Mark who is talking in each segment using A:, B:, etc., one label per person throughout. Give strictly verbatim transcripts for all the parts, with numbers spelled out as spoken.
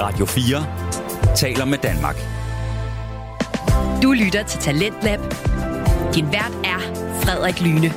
A: Radio fire taler med Danmark.
B: Du lytter til Talentlab. Din vært er Frederik Lyne.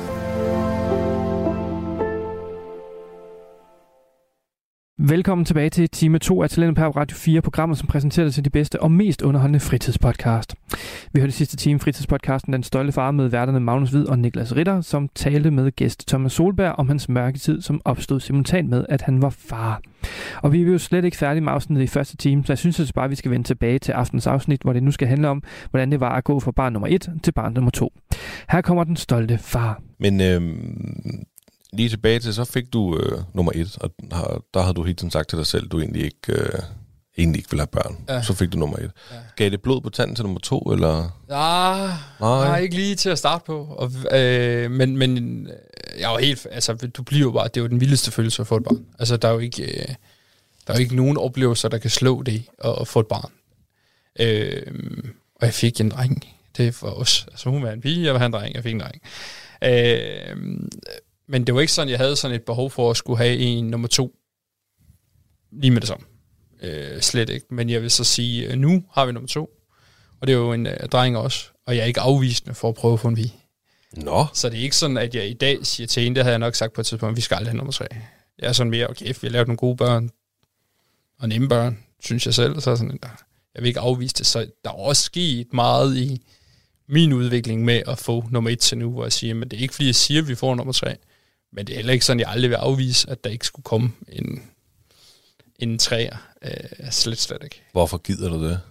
C: Velkommen tilbage til time to af Talentlab på Radio fire, programmet, som præsenterer dig til de bedste og mest underholdende fritidspodcast. Vi hørte i sidste time fritidspodcasten Den Stolte Far med værterne Magnus Hvid og Niklas Ritter, som talte med gæst Thomas Solberg om hans mørke tid, som opstod simultant med, at han var far. Og vi er jo slet ikke færdige med afsnittet i første time, så jeg synes altså bare, at vi skal vende tilbage til aftens afsnit, hvor det nu skal handle om, hvordan det var at gå fra barn nummer et til barn nummer to. Her kommer Den Stolte Far.
D: Men øhm, lige tilbage til, så fik du øh, nummer et, og der, der havde du helt sagt til dig selv, at du egentlig ikke, øh, egentlig ikke ville have børn. Ja. Så fik du nummer et. Ja. Gav det blod på tanden til nummer to, eller?
E: Ja, nej, nej, ikke lige til at starte på. Og, øh, men, men jeg var helt, altså, du bliver jo bare, det er jo den vildeste følelse at få et barn. Altså, der er jo ikke, øh, der er jo ikke nogen oplevelser, der kan slå det at, at få et barn. Øh, og jeg fik en dreng. Det var os. Altså, hun var en pige, jeg var en dreng, jeg fik en dreng. Øh, Men det var ikke sådan, jeg havde sådan et behov for at skulle have en nummer to lige med det samme. Øh, slet ikke. Men jeg vil så sige, at nu har vi nummer to. Og det er jo en uh, dreng også. Og jeg er ikke afvisende for at prøve at få en pige.
D: Nå.
E: Så det er ikke sådan, at jeg i dag siger til en, det havde jeg nok sagt på et tidspunkt, at vi skal aldrig have nummer tre. Jeg er sådan mere, okay, vi har lavet nogle gode børn. Og nemme børn, synes jeg selv. Så sådan, der, jeg vil ikke afvise det. Så der er også sket meget i min udvikling med at få nummer et til nu, hvor jeg siger, men det er ikke fordi, jeg siger, at vi får nummer tre. Men det er heller ikke sådan, at jeg aldrig vil afvise, at der ikke skulle komme en, en træer. Øh, slet, slet ikke.
D: Hvorfor gider du det?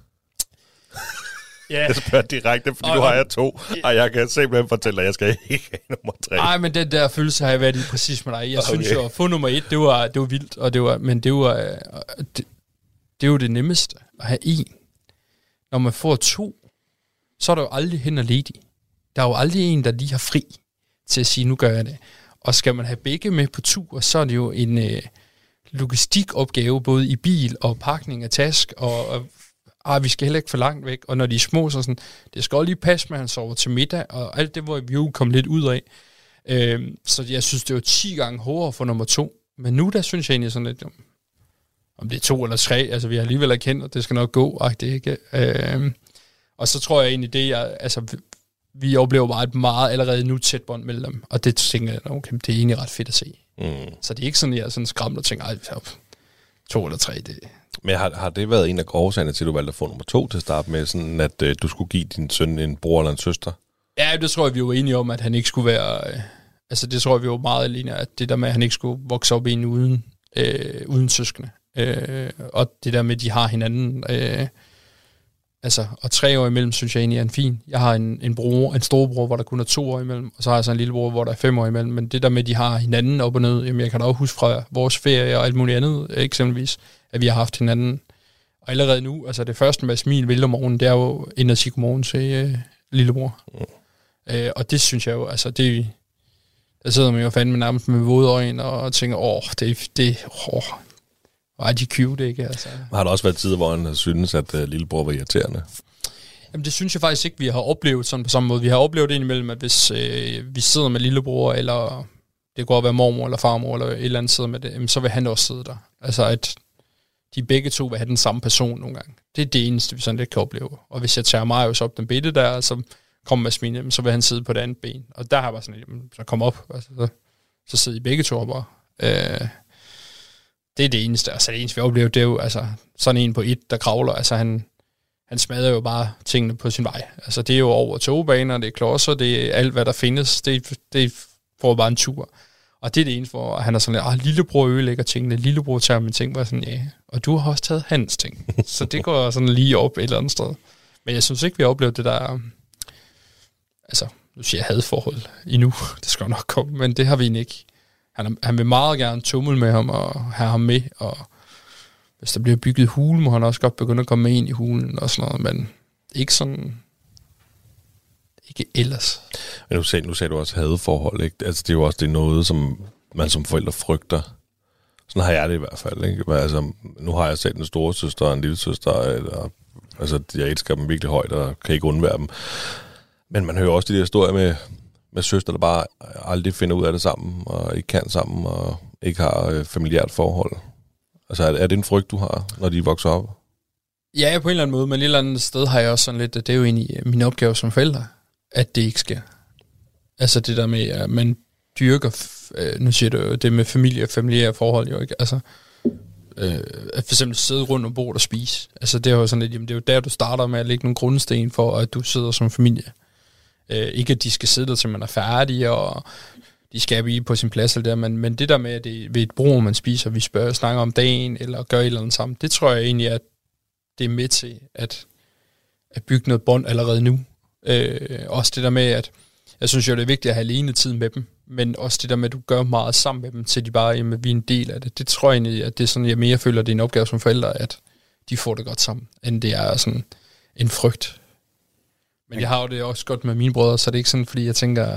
E: Ja.
D: Jeg spørger direkte, fordi og, du har jeg to, og jeg kan simpelthen fortælle, at jeg skal ikke have nummer tre.
E: Nej, men den der følelse har jeg været i præcis med dig. Jeg okay. synes jo, at få nummer et, det var, det var vildt, og det var, men det var, det, det er jo det nemmeste at have en. Når man får to, så er der jo aldrig hen og ledig. Der er jo aldrig en, der lige har fri til at sige, nu gør jeg det. Og skal man have begge med på tur, så er det jo en øh, logistikopgave, både i bil og pakning af task, og, og ah, vi skal heller ikke for langt væk. Og når de er små, så sådan, det skal også lige passe med, at han sover til middag, og alt det, hvor vi jo kom lidt ud af. Øh, så jeg synes, det var ti gange hårdere for nummer to. Men nu der synes jeg egentlig sådan lidt, om det er to eller tre, altså vi har alligevel erkendt, at det skal nok gå, og det ikke. Øh, og så tror jeg egentlig, det jeg, altså vi oplever bare et meget allerede nu tæt bånd mellem dem, og det tænker jeg, okay, det er egentlig ret fedt at se. Mm. Så det er ikke sådan, jeg er sådan skræmt og tænker, ej, to eller tre, det...
D: Men har, har det været en af årsagerne til, at du valgte at få nummer to til at starte med, sådan at øh, du skulle give din søn en bror eller en søster?
E: Ja, det tror jeg, vi var enige om, at han ikke skulle være... Øh, altså, det tror jeg, vi var meget alene, at det der med, at han ikke skulle vokse op i en uden, øh, uden søskende. Øh, og det der med, at de har hinanden... Øh, Altså, og tre år imellem, synes jeg egentlig er en fin. Jeg har en, en bror, en storbror, hvor der kun er to år imellem, og så har jeg så en lillebror, hvor der er fem år imellem. Men det der med, at de har hinanden op og ned, jamen jeg kan da også huske fra vores ferie og alt muligt andet, eksempelvis, at vi har haft hinanden. Og allerede nu, altså det første med at smile vildt om morgenen, det er jo ind og sige godmorgen til øh, lillebror. Mm. Øh, og det synes jeg jo, altså det, der sidder man jo fandme nærmest med våde øjne og tænker, åh, det, det, åh, hvor er de cute, ikke? Altså.
D: Har der også været tider, hvor han synes, at uh, lillebror var irriterende?
E: Jamen det synes jeg faktisk ikke, vi har oplevet sådan på samme måde. Vi har oplevet det indimellem, at hvis øh, vi sidder med lillebror, eller det går at være mormor eller farmor, eller et eller andet sidder med det, jamen, så vil han også sidde der. Altså at de begge to vil have den samme person nogle gange. Det er det eneste, vi sådan lidt kan opleve. Og hvis jeg tager Marius op den bitte der, så kommer med smine, så vil han sidde på det andet ben. Og der har jeg bare sådan, jamen, så kom op, altså, så, så sidder I begge to bare. Øh, Det er det eneste. Altså det eneste, vi oplever, det er jo altså, sådan en på et, der kravler. Altså han, han smadrer jo bare tingene på sin vej. Altså det er jo over togbaner, det er klodser, det er alt, hvad der findes. Det, det får bare en tur. Og det er det eneste, hvor han er sådan lidt, ah, lillebror ødelægger tingene, lillebror tager mine ting, var sådan, ja. Og du har også taget hans ting. Så det går sådan lige op et eller andet sted. Men jeg synes ikke, vi har oplevet det der, altså, nu siger jeg hadforhold endnu, det skal nok komme, men det har vi ikke. Han, han vil meget gerne tumle med ham og have ham med, og hvis der bliver bygget hule, må han også godt begynde at komme med ind i hulen og sådan noget, men ikke sådan, ikke ellers.
D: Men nu sagde, nu sagde du også hadeforhold, ikke? Altså det er jo også det er noget, som man som forældre frygter. Sådan har jeg det i hvert fald, ikke? Altså, nu har jeg selv en store søster og en lille søster, eller, altså jeg elsker dem virkelig højt og kan ikke undvære dem. Men man hører også de der historier med med søster, der bare aldrig finder ud af det sammen, og ikke kan sammen, og ikke har øh, familiært forhold. Altså, er, er det en frygt, du har, når de vokser op?
E: Ja, på en eller anden måde, men et eller andet sted har jeg også sådan lidt, at det er jo egentlig min opgave som forælder, at det ikke sker. Altså det der med, at man dyrker, nu siger du det med familie og familiære forhold jo ikke, altså øh, at for eksempel sidde rundt om bordet og spise. Altså det er jo sådan lidt, jamen det er jo der, du starter med at lægge nogle grundsten for, at du sidder som familie. Øh, ikke at de skal sidde der, til man er færdig, og de skal blive på sin plads, eller der, men, men det der med, at det er ved et bord, man spiser, vi spørger, snakker om dagen, eller gør et eller andet sammen, det tror jeg egentlig, at det er med til at, at bygge noget bånd allerede nu. Øh, også det der med, at jeg synes jo, det er vigtigt at have alene tid med dem, men også det der med, at du gør meget sammen med dem, til de bare, jamen, vi er en del af det. Det tror jeg egentlig, at det er sådan, jeg mere føler, at det er en opgave som forældre, at de får det godt sammen, end det er sådan en frygt. Men jeg har jo det også godt med mine brødre, så det er ikke sådan, fordi jeg tænker,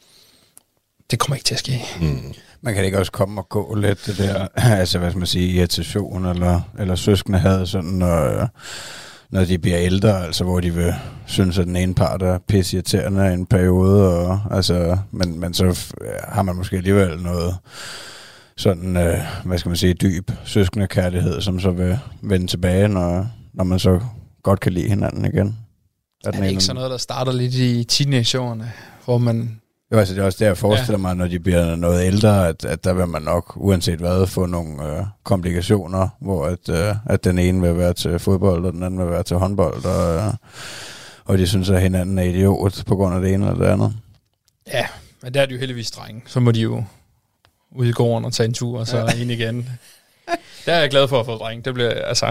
E: det kommer ikke til at ske.
F: Mm. Man kan ikke også komme og gå lidt det der, altså hvad skal man sige, irritation eller, eller søskende havde sådan, når, når de bliver ældre, altså hvor de vil synes, at den ene part er pisseirriterende i en periode, og, altså, men, men så har man måske alligevel noget sådan, øh, hvad skal man sige, dyb søskende kærlighed, som så vil vende tilbage, når, når man så godt kan lide hinanden igen.
E: Er det ikke sådan noget, der starter lidt i teenageårene, hvor man...
F: Jo, altså det er også det, jeg forestiller ja. mig, når de bliver noget ældre, at, at der vil man nok, uanset hvad, få nogle øh, komplikationer, hvor at, øh, at den ene vil være til fodbold, og den anden vil være til håndbold, og, øh, og de synes, at hinanden er idiot på grund af det ene eller det andet.
E: Ja, men der er de jo heldigvis drenge. Så må de jo ud i gården og tage en tur, og så ja. ind igen. Der er jeg glad for at få drenge. Det bliver, altså...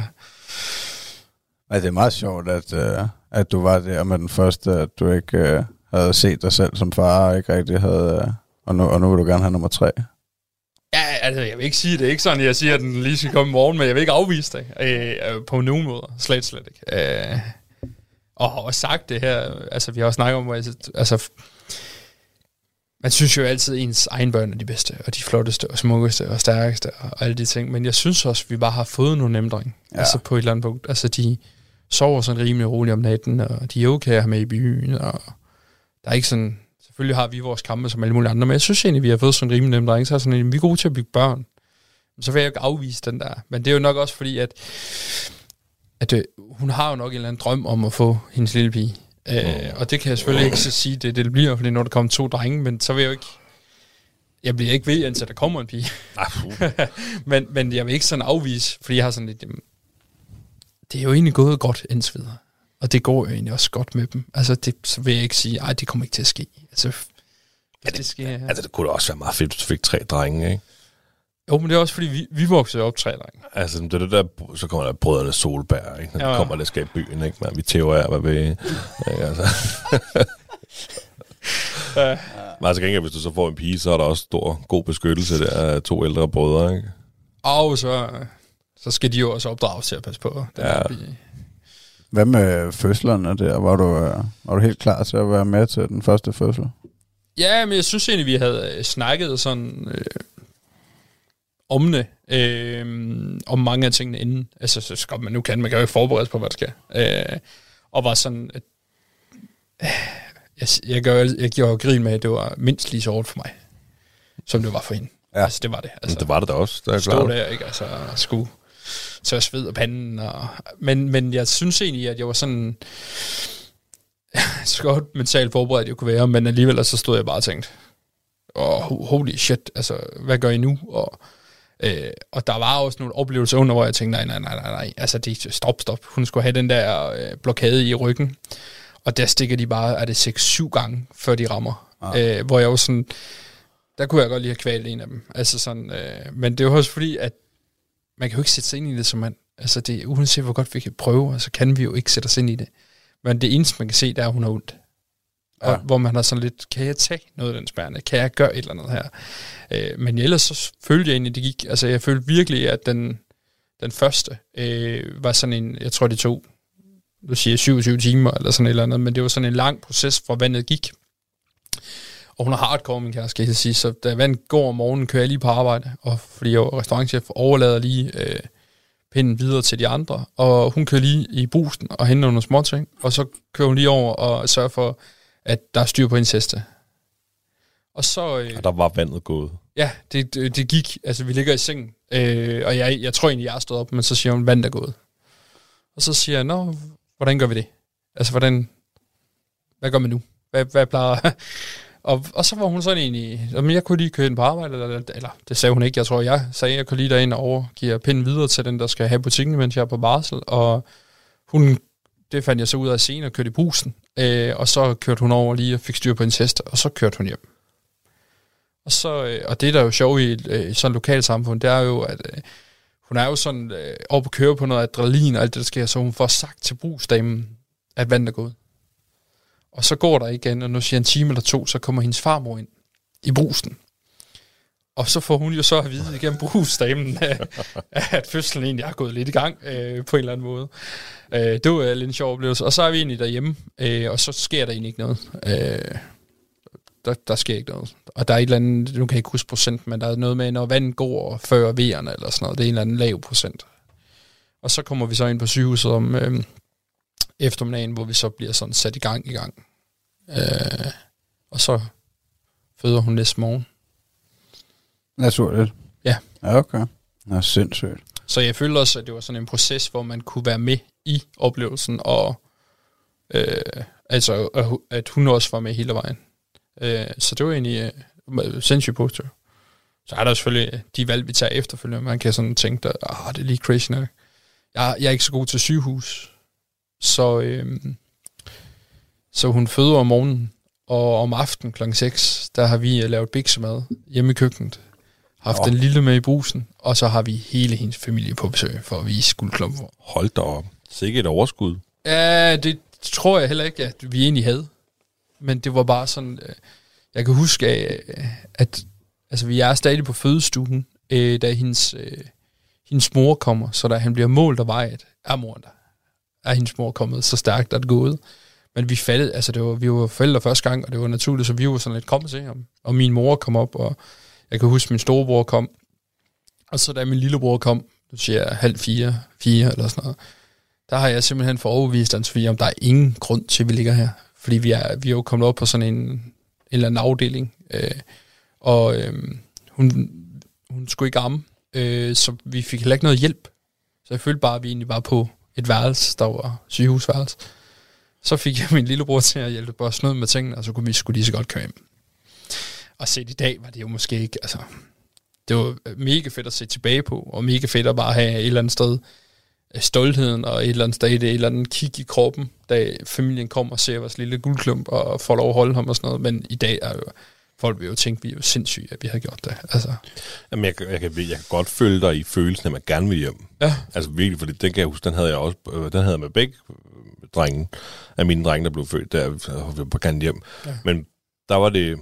F: Altså, det er meget sjovt, at, øh, at du var der med den første, at du ikke... Øh, havde set dig selv som far, og ikke rigtig havde, og nu, og nu vil du gerne have nummer tre.
E: Ja, altså, jeg vil ikke sige det. Ikke sådan, jeg siger, at den lige skal komme i morgen, men jeg vil ikke afvise det øh, på nogen måde. Slet, slet ikke. Øh, og har også sagt det her, altså vi har også snakket om, altså, man synes jo altid, at ens egen børn er de bedste, og de flotteste, og smukkeste, og stærkeste, og alle de ting. Men jeg synes også, at vi bare har fået nogle ændring, ja. altså på et eller andet punkt. Altså, de sover sådan rimelig roligt om natten, og de er okay at have med i byen, og der er ikke sådan, selvfølgelig har vi vores kampe som alle mulige andre, men jeg synes egentlig, vi har fået sådan en rimelig nem dreng, så er sådan, at vi er gode til at bygge børn. Så vil jeg ikke afvise den der. Men det er jo nok også fordi, at, at øh, hun har jo nok en eller anden drøm om at få hendes lille pige. Mm. Øh, og det kan jeg selvfølgelig ikke så sige, det, det bliver, fordi når der kommer to drenge, men så vil jeg jo ikke, jeg bliver ikke ved, indtil der kommer en pige. men, men jeg vil ikke sådan afvise, fordi jeg har sådan lidt, jamen, det er jo egentlig gået godt indtil videre. Og det går jo egentlig også godt med dem. Altså, det, så vil jeg ikke sige, ej, det kommer ikke til at ske. Altså,
D: ja, det, det sker, ja. Altså, det kunne da også være meget fedt, hvis du fik tre drenge, ikke?
E: Jo, men det er også, fordi vi, vi voksede op tre drenge.
D: Altså, det er det der, så kommer der brødrene Solberg, ikke? Når ja, ja. kommer der skal i byen, ikke? Men vi teorerer, hvad vi... Ikke, altså. ja. Men altså, gengæld, hvis du så får en pige, så er der også stor, god beskyttelse der af to ældre brødre, ikke?
E: Og så, så skal de jo også opdrages til at passe på den
D: ja.
E: her pige.
F: Hvad med fødslerne der? Var du, var du helt klar til at være med til den første fødsel?
E: Ja, men jeg synes egentlig, vi havde snakket sådan øh, om det, øh, om mange af tingene inden. Altså, så skal man nu kan, man kan jo ikke forberede på, hvad der skal. Øh, og var sådan, at øh, jeg, jeg, gør, jeg giver jo grin med, at det var mindst lige så hårdt for mig, som det var for hende. Ja. Altså, det var det. Altså,
D: det var det da også. Det er
E: stå der, ikke? Altså, skulle... tør sved af panden. Og, men, men jeg synes egentlig, at jeg var sådan så godt mentalt forberedt, jeg kunne være, men alligevel så stod jeg bare og tænkte, oh, holy shit, altså, hvad gør I nu? Og, øh, og der var også nogle oplevelser under, hvor jeg tænkte, nej, nej, nej, nej, nej, altså, det, stop, stop. Hun skulle have den der øh, blokade i ryggen, og der stikker de bare, er det seks syv gange, før de rammer. Ah. Øh, hvor jeg var sådan, der kunne jeg godt lige have kvalt en af dem. Altså sådan, øh, men det var også fordi, at man kan jo ikke sætte sig ind i det som mand. Altså det, uanset hvor godt vi kan prøve, så kan vi jo ikke sætte os ind i det. Men det eneste, man kan se, det er, at hun har ondt. Ja. Og hvor man har sådan lidt, kan jeg tage noget af den spærne? Kan jeg gøre et eller andet her? Øh, men ellers så følte jeg egentlig, det gik. Altså jeg følte virkelig, at den, den første øh, var sådan en, jeg tror det tog, du siger syvogtyve timer eller sådan et eller andet, men det var sådan en lang proces, hvor vandet gik. Og hun er hardcore, min kæreste, skal jeg sige. Så da vandet går om morgenen, kører jeg lige på arbejde. Og fordi jeg er restaurantchef, overlader lige øh, pinden videre til de andre. Og hun kører lige i brusen og henter nogle småting. Og så kører hun lige over og sørger for, at der er styr på hendes heste. Og så... Øh,
D: og der var vandet gået.
E: Ja, det, det, det gik. Altså, vi ligger i sengen, øh, og jeg, jeg tror egentlig, jeg er stået op, men så siger hun, vandet er gået. Og så siger jeg, nå, hvordan gør vi det? Altså, hvordan... Hvad gør man nu? Hvad, hvad plejer... og, og så var hun sådan egentlig, jamen, jeg kunne lige køre ind på arbejde, eller, eller det sagde hun ikke, jeg tror, jeg sagde, jeg kunne lige derind og overgive pinden videre til den, der skal have butikken, mens jeg er på barsel, og hun, det fandt jeg så ud af senere, og kørte i Brugsen, øh, og så kørte hun over lige og fik styr på en hest, og så kørte hun hjem. Og, så, øh, og det, der er jo sjovt i øh, sådan et lokalsamfund, det er jo, at øh, hun er jo sådan øh, oppe at køre på noget adrenalin og alt det, der sker, så hun får sagt til brugsdamen, at vandet er gået. Og så går der igen, og nu siger en time eller to, så kommer hendes farmor ind i Brugsen. Og så får hun jo så at vide igennem brugsdamen, at fødslen egentlig er gået lidt i gang øh, på en eller anden måde. Øh, det var lidt en sjov oplevelse. Og så er vi egentlig derhjemme, øh, og så sker der egentlig ikke noget. Øh, der, der sker ikke noget. Og der er et eller andet, nu kan jeg ikke huske procent, men der er noget med, når vandet går før vejerne eller sådan noget. Det er en eller anden lav procent. Og så kommer vi så ind på sygehuset om øh, eftermiddagen, hvor vi så bliver sådan sat i gang i gang. Øh, og så føder hun næste morgen.
F: Naturligt.
E: Ja.
F: Ja, okay. Det er sindssygt.
E: Så jeg følte også, at det var sådan en proces, hvor man kunne være med i oplevelsen, og øh, altså, at hun også var med hele vejen. Øh, så det var egentlig øh, sindssygt positivt. Så er der selvfølgelig de valg, vi tager efterfølgende. Man kan sådan tænke, at ah, det er lige crazy nok. Jeg, jeg er ikke så god til sygehus. Så, øh, så hun føder om morgenen, og om aftenen klokken seks, der har vi lavet biksemad hjemme i køkkenet. Haft oh. den lille med i Brugsen, og så har vi hele hendes familie på besøg, for at vise guldklumper.
D: Hold da op. Sikke et overskud.
E: Ja, det tror jeg heller ikke, at vi egentlig havde. Men det var bare sådan, jeg kan huske, at altså, vi er stadig på fødestuen, da hendes, hendes mor kommer, så da han bliver målt og vejet, er moren der. Er hendes mor kommet så stærkt, at det gået. Men vi faldt, altså det var, vi var forældre første gang, og det var naturligt, så vi var sådan lidt kommet til ham. Og min mor kom op, og jeg kan huske, min storebror kom. Og så da min lillebror kom, du siger jeg halv fire, fire eller sådan noget, der har jeg simpelthen for overbevist Anne-Sophie, om der er ingen grund til, at vi ligger her. Fordi vi er, vi er jo kommet op på sådan en, en eller anden afdeling, øh, og øh, hun, hun skulle ikke amme, øh, så vi fik heller ikke noget hjælp. Så jeg følte bare, at vi egentlig var på et værelse, der var sygehusværelse. Så fik jeg min lillebror til at hjælpe os noget med tingene, og så kunne vi sgu lige så godt køre hjem. Og set i dag var det jo måske ikke, altså, det var mega fedt at se tilbage på, og mega fedt at bare have et eller andet sted stoltheden, og et eller andet sted et eller andet kig i kroppen, da familien kom og ser vores lille guldklump, og får lov at holde ham og sådan noget, men i dag er jo, folk vil jo tænke, vi er jo sindssyge, at vi har gjort det. Altså. Jamen,
D: jeg, jeg, kan, jeg kan godt føle dig i følelsen, at man gerne vil hjem.
E: Ja.
D: Altså virkelig, fordi den kan jeg huske, den havde jeg også, den havde jeg med begge drenge, af mine drenge, der blev født, der vi var gerne hjem. Ja. Men der var det,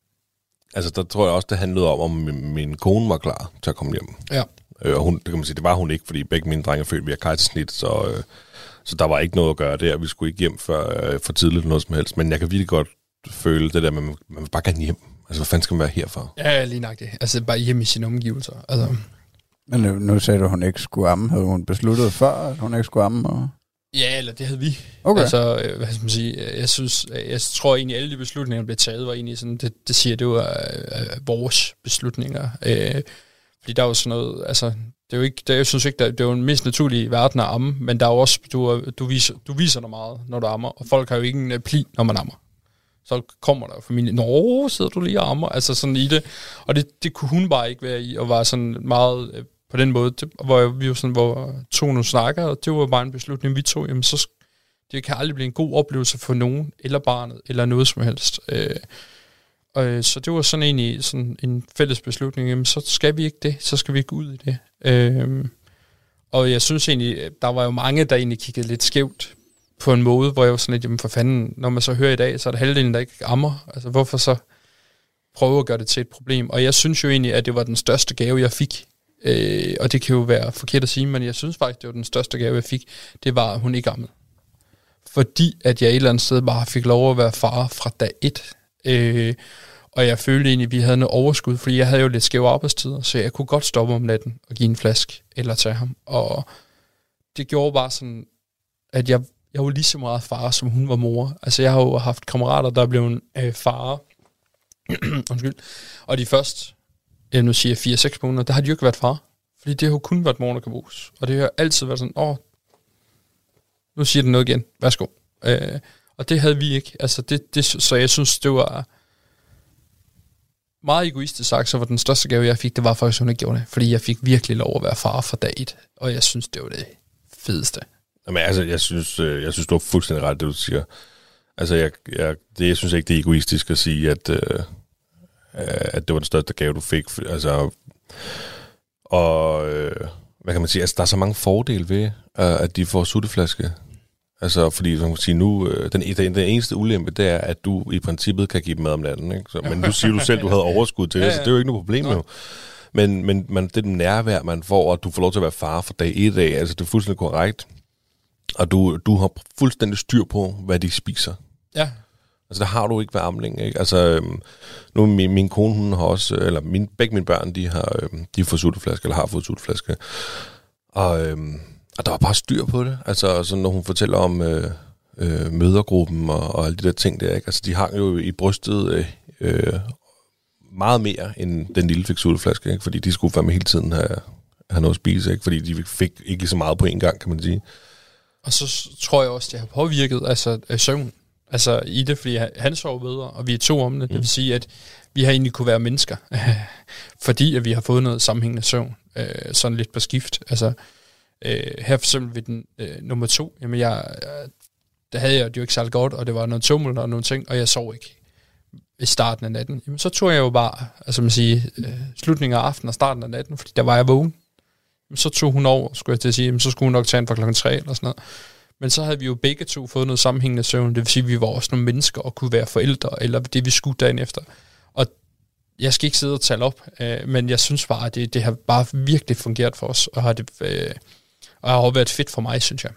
D: altså der tror jeg også, det handlede om, om min, min kone var klar til at komme hjem.
E: Ja.
D: Øh, og hun, det kan man sige, det var hun ikke, fordi begge mine drenge er født via kejsersnit, så, øh, så der var ikke noget at gøre der. Vi skulle ikke hjem for, øh, for tidligt noget som helst, men jeg kan virkelig godt føle det der, med, man, man vil bare gerne hjem. Altså, hvad fanden skal man være her for?
E: Ja, lige nok det. Altså, bare hjem i sine omgivelser. Altså.
F: Men nu, nu sagde du, at hun ikke skulle amme. Havde hun besluttet før, at hun ikke skulle amme? Og...
E: Ja, eller det havde vi.
F: Okay.
E: Altså, hvad skal man sige, jeg synes, jeg tror egentlig, alle de beslutninger, der blev taget, var egentlig sådan, det, det siger, det var øh, vores beslutninger. Øh, fordi der er jo sådan noget, altså, det er jo ikke, det, jeg synes ikke, det er, det er jo en mest naturlige verden at amme, men der er jo også, du, du, viser, du viser dig meget, når du ammer, og folk har jo ikke en pli, når man ammer. Så kommer der jo familie, nå, sidder du lige og ammer, altså sådan i det, og det, det kunne hun bare ikke være i, og var sådan meget øh, på den måde, det, hvor vi jo sådan, hvor to nogle snakker, og det var bare en beslutning, vi tog, jamen så, det kan aldrig blive en god oplevelse for nogen, eller barnet, eller noget som helst. Øh, og, så det var sådan egentlig sådan en fælles beslutning, jamen så skal vi ikke det, så skal vi ikke ud i det. Øh, og jeg synes egentlig, der var jo mange, der egentlig kiggede lidt skævt, på en måde, hvor jeg var sådan lidt, jamen for fanden, når man så hører i dag, så er det halvdelen, der ikke ammer. Altså hvorfor så prøve at gøre det til et problem? Og jeg synes jo egentlig, at det var den største gave, jeg fik. Øh, og det kan jo være forkert at sige, men jeg synes faktisk, det var den største gave, jeg fik. Det var, at hun ikke ammede. Fordi at jeg et eller andet sted bare fik lov at være far fra dag et. Øh, og jeg følte egentlig, at vi havde noget overskud, fordi jeg havde jo lidt skæve arbejdstider, så jeg kunne godt stoppe om natten og give en flaske eller tage ham. Og det gjorde bare sådan, at jeg Jeg var lige så meget far, som hun var mor. Altså, jeg har jo haft kammerater, der blev en øh, far Undskyld. Og de første, jeg nu siger fire seks måneder, der har de jo ikke været far. Fordi det har jo kun været moren, der kan bruges. Og det har altid været sådan, åh, nu siger den noget igen, værsgo. Øh, og det havde vi ikke. Altså det, det, så jeg synes, det var meget egoistisk sagt, så var den største gave, jeg fik, det var faktisk, hun ikke gjorde det. Fordi jeg fik virkelig lov at være far fra dag et. Og jeg synes, det var det fedeste.
D: Jamen altså, jeg synes, jeg synes du har fuldstændig ret, det du siger. Altså, jeg, jeg, det, jeg synes ikke, det er egoistisk at sige, at, øh, at det var den største gave, du fik. Altså, og øh, hvad kan man sige? Altså, der er så mange fordele ved, øh, at de får sutteflaske. Altså, fordi man kan sige, nu, øh, den, den, den eneste ulempe, det er, at du i princippet kan give dem mad om natten. Ikke? Så, men nu siger du selv, du havde overskud til det, ja, ja. Så det er jo ikke noget problem jo. Men, men man, det er den nærvær, man får, og du får lov til at være far for dag et af. Altså, det er fuldstændig korrekt. Og du, du har fuldstændig styr på, hvad de spiser.
E: Ja.
D: Altså, der har du ikke ved amling, ikke? Altså, øhm, nu min, min kone, hun har også, eller min, begge mine børn, de har, øhm, de har fået sutteflaske, eller har fået sutteflaske. Og, øhm, og der var bare styr på det. Altså, altså når hun fortæller om øh, øh, mødergruppen og, og alle de der ting der, ikke? Altså, de hang jo i brystet øh, øh, meget mere, end den lille fik sutteflaske, ikke? Fordi de skulle fandme hele tiden have, have noget at spise, ikke? Fordi de fik ikke så meget på en gang, kan man sige. Og
E: så tror jeg også, det har påvirket altså, søvn. Altså i det, fordi han sov bedre, og vi er to om det. Mm. Det vil sige, at vi har egentlig kunne være mennesker, fordi at vi har fået noget sammenhængende søvn, øh, sådan lidt på skift. Altså øh, her for eksempel ved den øh, nummer to, jamen jeg, der havde jeg det jo ikke særlig godt, og det var noget tummel og nogle ting, og jeg sov ikke i starten af natten. Jamen så tog jeg jo bare, altså man siger, øh, slutningen af aftenen og starten af natten, fordi der var jeg vågen. Jamen, så tog hun over, skulle jeg til at sige, jamen, så skulle hun nok tage en fra klokken tre eller sådan noget. Men så havde vi jo begge to fået noget sammenhængende søvn, det vil sige, at vi var også nogle mennesker og kunne være forældre, eller det vi skulle dagen efter. Og jeg skal ikke sidde og tale op, øh, men jeg synes bare, at det, det har bare virkelig fungeret for os, og har, det, øh, og har også været fedt for mig, synes jeg.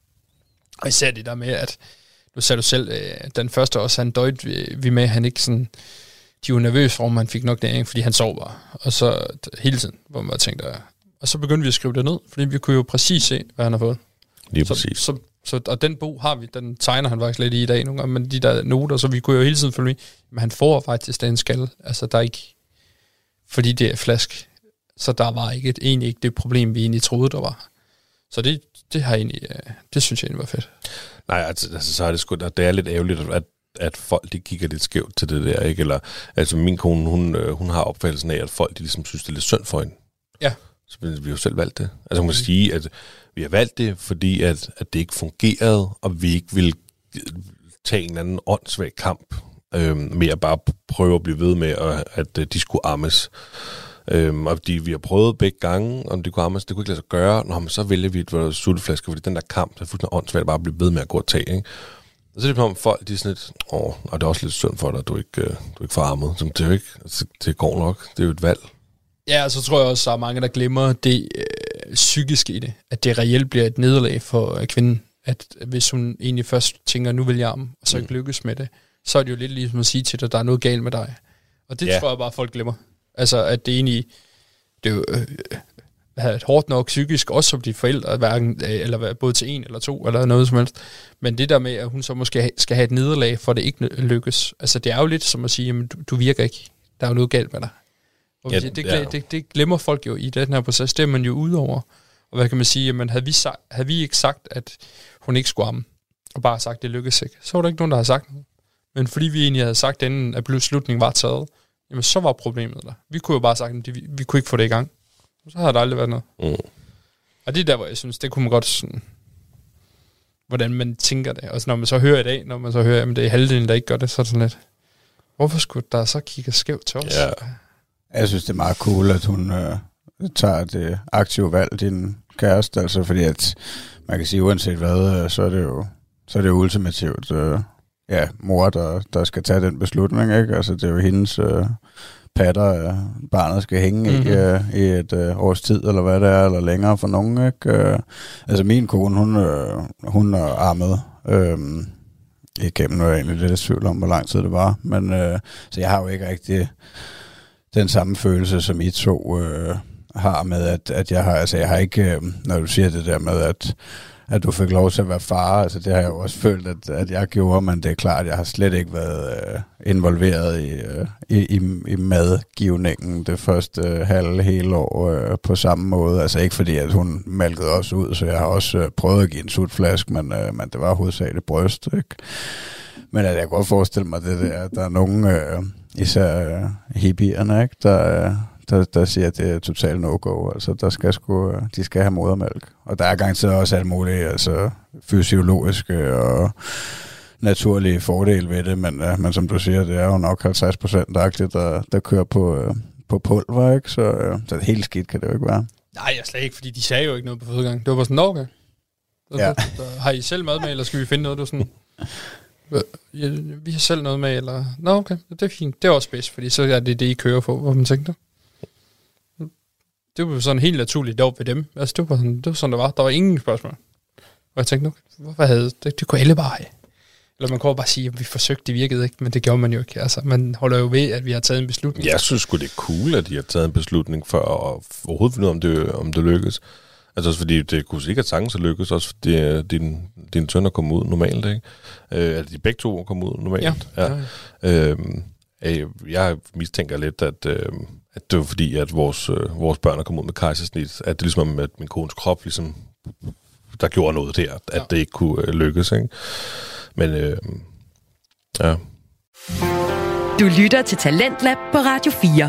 E: Og især det der med, at nu sagde du selv, øh, den første også, han døjte vi, vi med, han ikke sådan, de var nervøse for, om han fik nok næring, fordi han sov bare. Og så hele tiden, hvor man tænkte, og så begyndte vi at skrive det ned, fordi vi kunne jo præcis se, hvad han har fået.
D: Lige
E: så,
D: præcis.
E: Så, så, og den bog har vi, den tegner han faktisk lidt i i dag nogle gange, men de der noter, så vi kunne jo hele tiden følge med, men han får faktisk den skal, altså der er ikke, fordi det er flask, så der var ikke et, egentlig ikke det problem, vi egentlig troede, der var. Så det, det har egentlig, det synes jeg egentlig var fedt.
D: Nej, altså, altså så er det sgu, det er lidt ærgerligt, at, at folk, de kigger lidt skævt til det der, ikke? Eller, altså min kone, hun, hun har opfattelsen af, at folk, de ligesom synes, det er lidt synd for hende.
E: Ja.
D: Så vi har jo selv valgt det. Altså man kan mm. sige, at vi har valgt det, fordi at, at det ikke fungerede, og vi ikke ville tage en anden åndssvag kamp øhm, med at bare prøve at blive ved med, at, at de skulle ammes. Øhm, og de, vi har prøvet begge gange, om de kunne ammes, det kunne ikke lade sig gøre. Nå, men så vælger vi et sutteflaske, fordi den der kamp, det er fuldstændig åndssvagt bare at blive ved med at gå og tage, ikke? Og så er det på, folk, de er sådan lidt, åh, og det er også lidt synd for dig, at du ikke, øh, du ikke får ammet. Så det er jo ikke, altså, det går nok, det er jo et valg.
E: Ja, og så tror jeg også, at der er mange, der glemmer det øh, psykiske i det. At det reelt bliver et nederlag for øh, kvinden. At hvis hun egentlig først tænker, nu vil jeg amme, og så ikke mm. lykkes med det, så er det jo lidt ligesom at sige til dig, at der er noget galt med dig. Og det yeah. tror jeg bare, folk glemmer. Altså, at det egentlig, det er jo øh, hårdt nok psykisk, også som de forældre, hverken, eller både til en eller to, eller noget som helst. Men det der med, at hun så måske skal have et nederlag, for det ikke lykkes. Altså, det er jo lidt som at sige, jamen, du, du virker ikke. Der er jo noget galt med dig. Ja, det, det, ja. det, det glemmer folk jo i den her proces. Det er man jo ude over. Og hvad kan man sige? Jamen, havde vi, sagt, havde vi ikke sagt, at hun ikke skulle amme, og bare sagt, at det lykkes ikke, så var der ikke nogen, der havde sagt noget. Men fordi vi egentlig havde sagt, inden at beslutningen var taget, jamen så var problemet der. Vi kunne jo bare sagt, at vi, vi kunne ikke få det i gang. Så havde der aldrig været noget. Mm. Og det er der, hvor jeg synes, det kunne man godt sådan, hvordan man tænker det. Og når man så hører i dag, når man så hører, at det er halvdelen, der ikke gør det, så er det sådan lidt, hvorfor skulle der så kigge skævt til os?
F: Ja. Jeg synes, det er meget cool, at hun øh, tager det aktive valg, din kæreste, altså fordi at, man kan sige, uanset hvad, så er det jo, så er det jo ultimativt, øh, ja, mor, der, der skal tage den beslutning, ikke? Altså, det er jo hendes øh, patter, øh, barnet skal hænge mm-hmm. i, øh, i et øh, års tid, eller hvad det er, eller længere for nogen, ikke? Øh, altså, min kone, hun, øh, hun er armet, øh, igennem, nu er jeg egentlig lidt i tvivl om, hvor lang tid det var, men øh, så jeg har jo ikke rigtig den samme følelse, som I to øh, har med, at, at jeg har, altså jeg har ikke, øh, når du siger det der med, at at du fik lov til at være far. Altså, det har jeg jo også følt, at, at jeg gjorde, men det er klart, at jeg har slet ikke været øh, involveret i, øh, i, i, i madgivningen det første øh, halve hele år øh, på samme måde. Altså ikke fordi, at hun malkede os ud, så jeg har også øh, prøvet at give en sutflaske, men, øh, men det var hovedsageligt bryst, ikke? Men at jeg kan godt forestille mig det der, at der er nogen, øh, især øh, hippierne, ikke, der... Øh, Der, der siger, at det er totalt no-go. Altså, der skal sgu, de skal have modermælk. Og der er garanteret også alt muligt, altså fysiologiske og naturlige fordele ved det, men, uh, men som du siger, det er jo nok halvtreds procent agtigt, der, der kører på, uh, på pulver, ikke? Så, uh, så helt skidt kan det jo ikke være.
E: Nej, jeg slet ikke, fordi de sagde jo ikke noget på fødegang. Det var bare sådan, okay. Så, ja. der, har I selv mad med, eller skal vi finde noget? Det var sådan, vi har selv noget med, eller... Nå, okay, det er fint. Det er også bedst, fordi så er det det, I kører på, hvor man tænkte. Det var sådan helt naturligt dog ved dem. Altså, det var sådan, det var sådan, der var. Der var ingen spørgsmål. Og jeg tænkte, hvorfor havde det? Det kunne alle bare have. Eller man kunne bare sige, at vi forsøgte, det virkede ikke, men det gjorde man jo ikke. Altså, man holder jo ved, at vi har taget en beslutning.
D: Jeg synes sgu, det er cool, at de har taget en beslutning for at overhovedet finde ud af, om det, om det lykkes. Altså også fordi, det kunne sikkert sagtens at lykkes, også fordi din, din søn er kommet ud normalt, ikke? Øh, at de begge to er kommet ud normalt.
E: Ja.
D: ja. ja. Øh, jeg mistænker lidt, at... Øh, at det var fordi, at vores, øh, vores børn er kommet ud med kejsersnit, at det er ligesom, at min kones krop ligesom, der gjorde noget der, at ja. det ikke kunne øh, lykkes, ikke? Men, øh, ja.
B: Du lytter til Talentlab på Radio fire.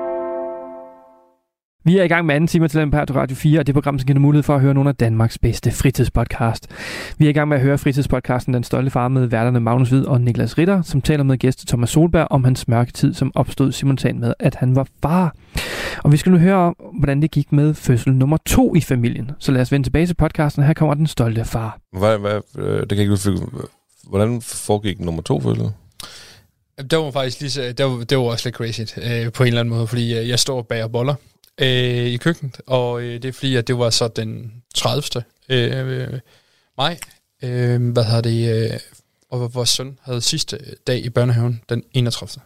C: Vi er i gang med anden time af Talentlab på Radio fire, og det program, som giver dig mulighed for at høre nogle af Danmarks bedste fritidspodcast. Vi er i gang med at høre fritidspodcasten Den Stolte Far med værterne Magnus Hvid og Niklas Ritter, som taler med gæst Thomas Solberg om hans mørke tid, som opstod simultant med, at han var far. Og vi skal nu høre om, hvordan det gik med fødsel nummer to i familien. Så lad os vende tilbage til podcasten. Her kommer Den Stolte Far.
D: Hvad, hvad, det kan ikke udfylde. Hvordan foregik nummer to fødsel?
E: Det var faktisk lige så, det var, det var også lidt crazy øh, på en eller anden måde, fordi øh, jeg står og bager boller øh, i køkkenet, og øh, det er fordi, at det var så den tredivte Øh, maj, øh, hvad hedder det, øh, og vores søn havde sidste dag i børnehaven, den enogtredivte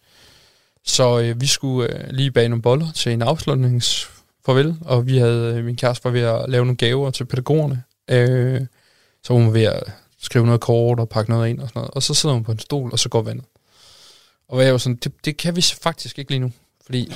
E: Så øh, vi skulle øh, lige bage nogle boller til en afslutningsfarvel, og vi havde, øh, min kæreste var ved at lave nogle gaver til pædagogerne, øh, så hun var ved at skrive noget kort og pakke noget ind og sådan noget, og så sidder hun på en stol, og så går vandet. Og jeg var sådan, det, det kan vi faktisk ikke lige nu, fordi...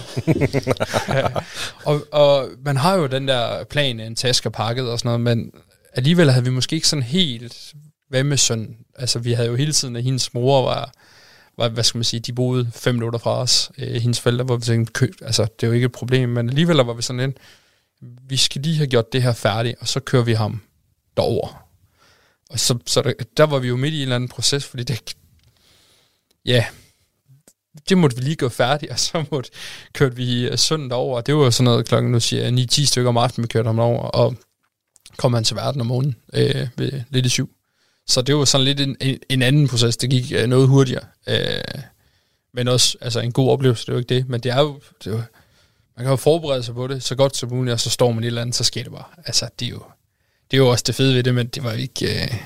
E: og, og man har jo den der plan, en taske pakket og sådan noget, men alligevel havde vi måske ikke sådan helt... Hvad med søn? Altså, vi havde jo hele tiden, at hendes mor var... var hvad skal man sige, de boede fem minutter fra os, øh, hendes forældre, hvor vi tænkte, kø, altså, det er jo ikke et problem, men alligevel var vi sådan en, vi skal lige have gjort det her færdigt, og så kører vi ham derover. Og så, så der, der var vi jo midt i en eller anden proces, fordi det... Ja... Det måtte vi lige gå færdigt, og så måtte, kørte vi søndag over. Det var sådan noget klokken, nu siger jeg, ni ti stykker om aftenen, vi kørte ham over, og kom han til verden om morgenen øh, ved lidt i syv. Så det var sådan lidt en, en anden proces, det gik øh, noget hurtigere. Øh, men også altså, en god oplevelse, det er jo ikke det. Men det er jo, det er jo, man kan jo forberede sig på det så godt som muligt, og så står man i et eller andet, så sker det bare. Altså, det er jo, det er jo også det fede ved det, men det var ikke... Øh,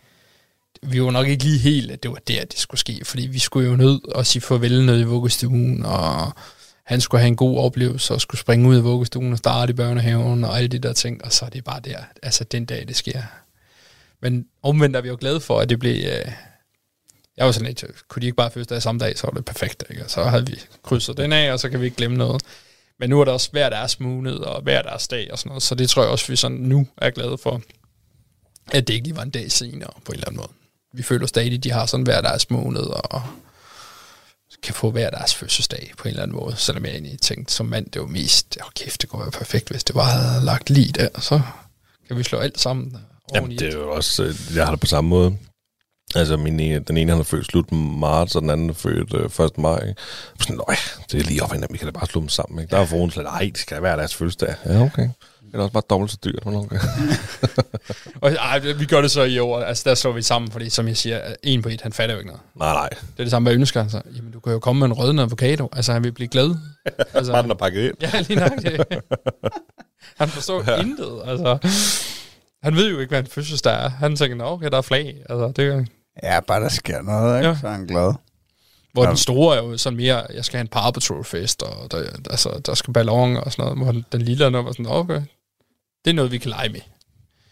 E: vi var nok ikke lige helt, at det var der, det skulle ske, fordi vi skulle jo nødt at sige farvel ned i vuggestuen, og han skulle have en god oplevelse, og skulle springe ud af vuggestuen og starte i børnehaven, og alle de der ting, og så er det bare der, altså den dag, det sker. Men omvendt er vi jo glade for, at det blev, øh, jeg var sådan lidt, kunne de ikke bare fødselsdag samme dag, så var det perfekt, ikke? Og så havde vi krydset den af, og så kan vi ikke glemme noget. Men nu er der også hver deres mulighed, og hver deres dag, og sådan noget, så det tror jeg også, vi sådan nu er glade for, at det ikke lige var en dag senere, på en eller anden måde. Vi føler stadig, at de har sådan hver deres måned, og kan få hver deres fødselsdag på en eller anden måde. Selvom jeg egentlig tænkte, som mand, det var mest, åh kæft, det kunne være perfekt, hvis det bare havde lagt lige der, så kan vi slå alt sammen.
D: Jamen, det er jo også, jeg har det på samme måde. Altså, min, den ene han er født slut marts, og den anden er født øh, første maj. Sådan, nøj, det er lige op hinanden, vi kan da bare slå dem sammen. Ikke? Der er forhånden slet, nej, det skal være deres fødselsdag. Ja, okay. Det er også bare dobbelt så dyrt. Okay.
E: og, ej, vi gør det så i år, altså der slår vi sammen, fordi som jeg siger, en på et, han fatter jo ikke noget.
D: Nej, nej.
E: Det er det samme, hvad jeg ønsker. Altså, jamen, du kan jo komme med en rødende avocado, altså han vil blive glad. Altså,
D: bare den er pakket ind.
E: Ja, lige nok det. Han forstår ja. intet, altså. Han ved jo ikke, hvad en fødselsdag er. Han tænker, okay, der er flag. Altså, det
F: ja, bare der sker noget, ikke? Ja. Så er han glad.
E: Hvor ja. Den store er jo sådan mere, jeg skal have en Paw Patrol fest, og der, altså, der skal ballon og sådan noget. Hvor den lille er noget sådan, okay, det er noget, vi kan lege med.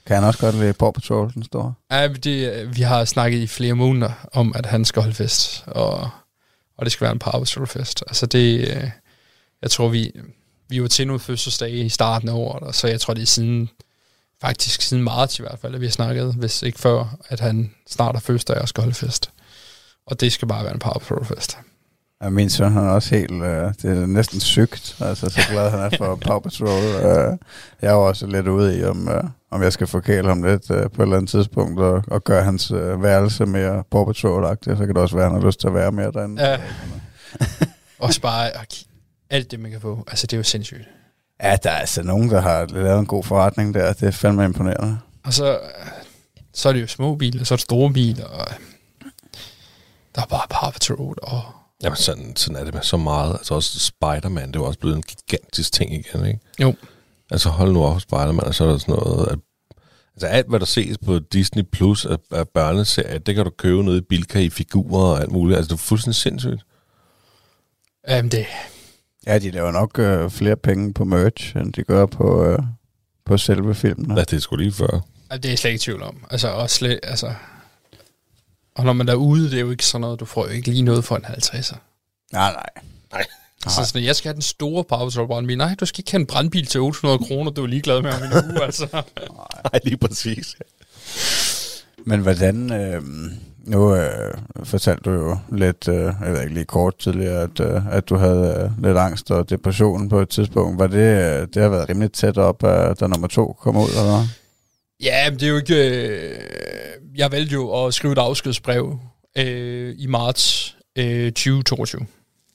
F: Kan han også godt lide Paw Patrol, den store?
E: Ja, det, vi har snakket i flere måneder om, at han skal holde fest, og, og det skal være en Paw Patrol fest. Altså det, jeg tror, vi, vi var til nogle fødselsdage i starten af året, så jeg tror, det er siden, faktisk siden marts i hvert fald, at vi har snakket, hvis ikke før, at han snart har fødselsdag og skal holde fest. Og det skal bare være en Paw Patrol fest.
F: Ja, min søn, han er også helt, øh, det er næsten sygt, altså så glad han er for Paw Patrol. Øh, jeg er jo også lidt ude i, om, øh, om jeg skal forkæle ham lidt øh, på et eller andet tidspunkt, og, og gøre hans øh, værelse mere Paw Patrol-agtigt, så kan det også være, at han har lyst til at være mere derinde.
E: Ja. Også bare alt det, man kan få. Altså, det er jo sindssygt.
F: Ja, der er altså nogen, der har lavet en god forretning der. Det er fandme imponerende.
E: Og så, så er det jo små biler, så er det store biler, og der er bare Paw Patrol, og
D: Jamen, sådan, sådan er det med så meget. Altså også Spider-Man, det er jo også blevet en gigantisk ting igen, ikke?
E: Jo.
D: Altså hold nu op Spider-Man, og så er der sådan noget... At, altså alt, hvad der ses på Disney Plus af, af børneserier, det kan du købe nede i Bilka i figurer og alt muligt. Altså det er fuldstændig sindssygt.
E: Jamen det...
F: Ja, de laver nok øh, flere penge på merch, end de gør på, øh, på selve filmen.
D: Ja, det er sgu lige før.
E: Ja, det er jeg slet ikke tvivl om. Altså også slet... Altså... Og når man er ude, det er jo ikke sådan noget, du får jo ikke lige noget for en halvtredser.
F: Nej, nej.
D: Nej.
E: Så sådan, jeg skal have den store Paw Patrol brandbil. Nej, du skal ikke have en brandbil til otte hundrede kroner, du er ligeglad med om en uge, altså.
D: Nej, lige præcis.
F: Men hvordan, øh, nu øh, fortalte du jo lidt, øh, jeg ved ikke lige kort tidligere, at, øh, at du havde øh, lidt angst og depression på et tidspunkt. Var det, øh, det har været rimelig tæt op, øh, da nummer to kom ud, eller hvad?
E: Ja, men det er jo ikke... Øh, jeg valgte jo at skrive et afskedsbrev øh, i marts øh, tyve toogtyve.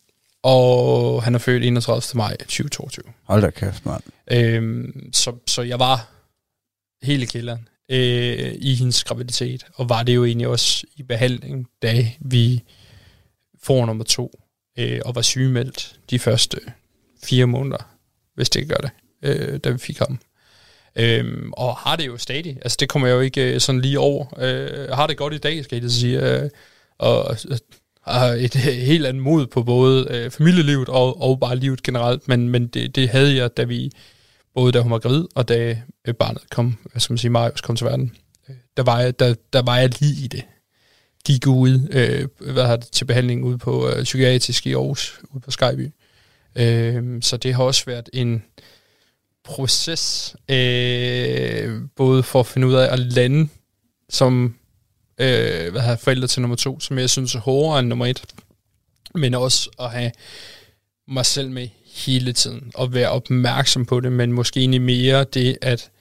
E: Og han er født enogtredivte maj tyve toogtyve.
F: Hold da kæft, mand.
E: Øh, så, så jeg var hele kælderen øh, i hendes graviditet, og var det jo egentlig også i behandling, da vi får nummer to, øh, og var sygemeldt de første fire måneder, hvis det ikke gør det, øh, da vi fik ham. Øhm, og har det jo stadig. Altså det kommer jeg jo ikke øh, sådan lige over. Øh, har det godt i dag, skal jeg sige. Øh, og øh, har et øh, helt andet mod på både øh, familielivet og, og bare livet generelt. Men, men det, det havde jeg, da vi, både da hun var gravid, og da øh, barnet kom, hvad skal man sige, Marius kom til verden. Øh, der, var jeg, der, der var jeg lige i det. Gik ud øh, hvad har det, til behandling ude på øh, psykiatrisk i Aarhus, ude på Skyby. Øh, så det har også været en proces, øh, både for at finde ud af at lande som øh, hvad hedder, forældre til nummer to, som jeg synes er hårdere end nummer et, men også at have mig selv med hele tiden, og være opmærksom på det, men måske egentlig mere det, at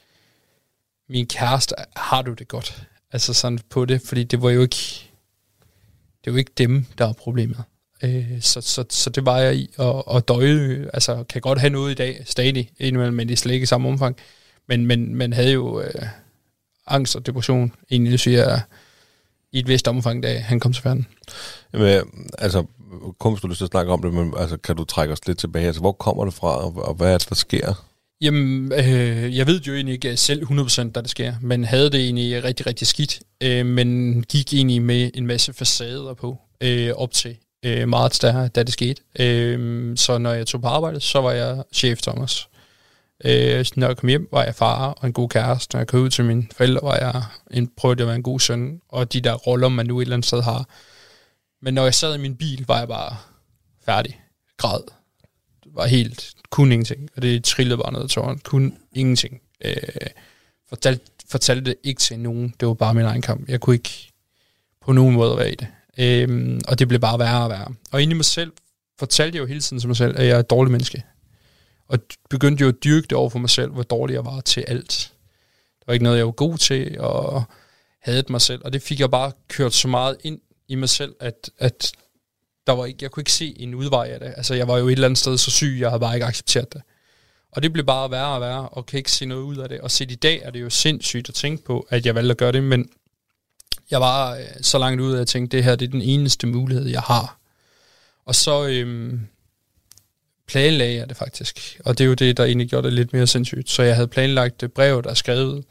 E: min kæreste, har du det godt? Altså sådan på det, fordi det var jo ikke, det var ikke dem, der var problemet. Så, så, så det var jeg i, og, og døje, altså kan godt have noget i dag, stadig indimellem, men det er slet ikke i samme omfang. Men, men man havde jo øh, angst og depression, egentlig siger jeg, i et vist omfang, da han kom til verden.
D: Jamen, altså, kom du lyst til at snakke om det, men altså, kan du trække os lidt tilbage? Altså, hvor kommer det fra, og, og hvad er det, der sker?
E: Jamen, øh, jeg ved jo egentlig ikke selv hundrede procent, da det sker, men havde det egentlig rigtig, rigtig skidt, øh, men gik egentlig med en masse facader på, øh, op til øh, marts, da, da det skete. Øh, så når jeg tog på arbejde, så var jeg chef Thomas. Øh, når jeg kom hjem, var jeg far og en god kæreste. Når jeg kom ud til mine forældre, var jeg en, prøvede at være en god søn, og de der roller, man nu et eller andet sted har. Men når jeg sad i min bil, var jeg bare færdig. Græd. Det var helt, kun ingenting. Og det trillede bare ned ad tårnet. Kun ingenting. Øh, fortalte, fortalte det ikke til nogen. Det var bare min egen kamp. Jeg kunne ikke på nogen måde være i det. Øh, og det blev bare værre og værre. Og inde i mig selv fortalte jeg jo hele tiden til mig selv, at jeg er et dårligt menneske. Og begyndte jo at dyrke det over for mig selv, hvor dårlig jeg var til alt. Det var ikke noget, jeg var god til, og havde mig selv. Og det fik jeg bare kørt så meget ind i mig selv, at, at der var ikke, jeg kunne ikke se en udvej af det. Altså, jeg var jo et eller andet sted så syg, jeg havde bare ikke accepteret det. Og det blev bare værre og værre, og kan ikke se noget ud af det. Og set i dag er det jo sindssygt at tænke på, at jeg valgte at gøre det, men jeg var øh, så langt ude, at jeg tænkte, det her det er den eneste mulighed, jeg har. Og så øhm, planlagde jeg det faktisk. Og det er jo det, der egentlig gjorde det lidt mere sindssygt. Så jeg havde planlagt det brev, der er skrevet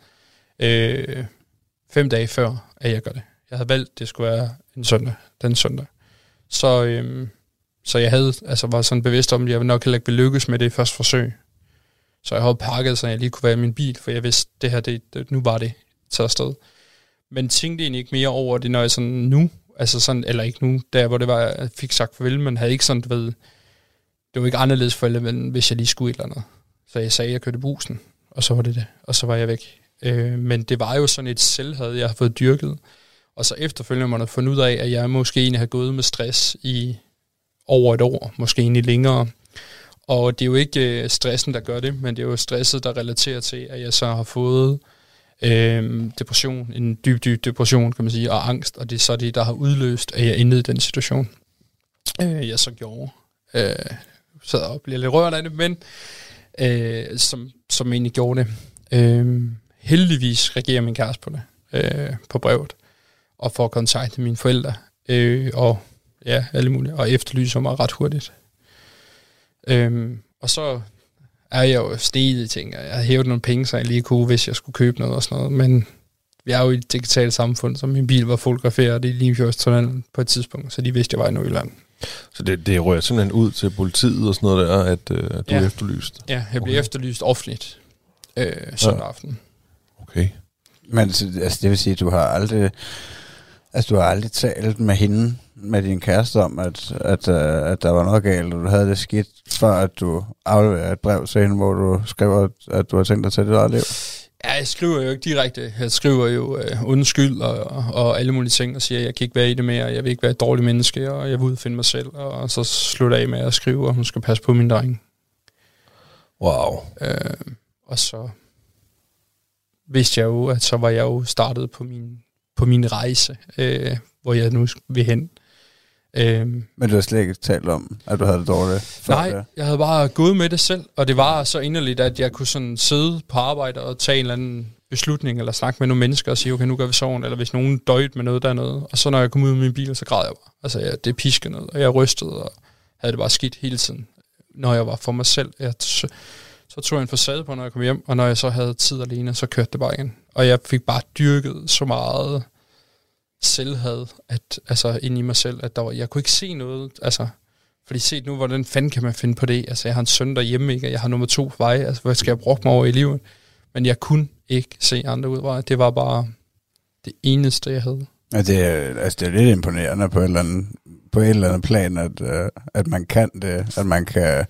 E: øh, fem dage før, at jeg gør det. Jeg havde valgt, at det skulle være en søndag, den søndag. Så, øhm, så jeg havde, altså var sådan bevidst om, at jeg nok heller ikke ville lykkes med det i første forsøg. Så jeg havde pakket, så jeg lige kunne være i min bil, for jeg vidste, det her, det, det, nu var det taget afsted. Men tænkte egentlig ikke mere over det, når jeg sådan nu, altså sådan, eller ikke nu, der hvor det var, jeg fik sagt farvel, men havde ikke sådan, du ved, det var ikke anderledes for alle, men hvis jeg lige skulle et eller andet. Så jeg sagde, at jeg kørte bussen, og så var det det, og så var jeg væk. Øh, men det var jo sådan et selvhad, jeg har fået dyrket, og så efterfølgende man har fundet ud af, at jeg måske egentlig har gået med stress i over et år, måske egentlig længere. Og det er jo ikke stressen, der gør det, men det er jo stresset, der relaterer til, at jeg så har fået øh, depression, en dyb, dyb depression, kan man sige, og angst, og det er så det, der har udløst, at jeg endte i den situation, øh, jeg så gjorde. Øh, så og bliver lidt rørt af det, men øh, som, som egentlig gjorde det. Øh, heldigvis reagerer min kæreste på det, øh, på brevet, og får kontakt med mine forældre, øh, og ja, alle mulige, og efterlyser mig ret hurtigt. Øhm, og så er jeg jo steget, tænker jeg. Jeg har hævet nogle penge, så jeg lige kunne, hvis jeg skulle købe noget og sådan noget. Men vi er jo i et digitalt samfund, så min bil var fotograferet i Limfjordstunnelen på et tidspunkt, så de vidste, jeg var i Nordjylland.
D: Så det, det rører simpelthen ud til politiet og sådan noget der, at, øh, at du
E: ja.
D: er efterlyst?
E: Ja, jeg blev okay. efterlyst offentligt øh, søndag
D: ja.
E: aften.
D: Okay.
F: Men altså, det vil sige, at du har aldrig... Altså, du har aldrig talt med hende, med din kæreste om, at, at, at, at der var noget galt, og du havde det skidt, før at du afleverede et brev til hende, hvor du skriver, at du har tænkt dig at tage dit eget liv?
E: Ja, jeg skriver jo ikke direkte. Jeg skriver jo øh, undskyld og, og alle mulige ting, og siger, at jeg kan ikke være i det mere, jeg vil ikke være et dårligt menneske, og jeg vil udfinde mig selv, og så slutter jeg af med at skrive, at hun skal passe på min dreng.
D: Wow.
E: Øh, og så vidste jeg jo, at så var jeg jo startet på min på min rejse, øh, hvor jeg nu vil hen. Øhm,
F: Men du har slet ikke talt om, at du havde det dårligt?
E: Nej,
F: det.
E: jeg havde bare gået med det selv, og det var så inderligt, at jeg kunne sådan sidde på arbejde og tage en eller anden beslutning, eller snakke med nogle mennesker og sige, okay, nu gør vi sådan, eller hvis nogen døjede med noget dernede, og så når jeg kom ud af min bil, så græd jeg bare. Altså, jeg, det piskede noget, og jeg rystede, og havde det bare skidt hele tiden, når jeg var for mig selv. Jeg t- så tog jeg en facade på, når jeg kom hjem, og når jeg så havde tid alene, så kørte det bare igen. Og jeg fik bare dyrket så meget selvhad, at, altså ind i mig selv, at der var, jeg kunne ikke se noget, altså, fordi set nu, hvordan fanden kan man finde på det? Altså, jeg har en søn derhjemme, ikke? Jeg har nummer to på vej, altså, hvad skal jeg bruge mig over i livet? Men jeg kunne ikke se andre udveje. Det var bare det eneste, jeg havde.
F: Ja, det, er, altså, det er lidt imponerende på et eller andet, på et eller andet plan, at, uh, at man kan det, at man kan,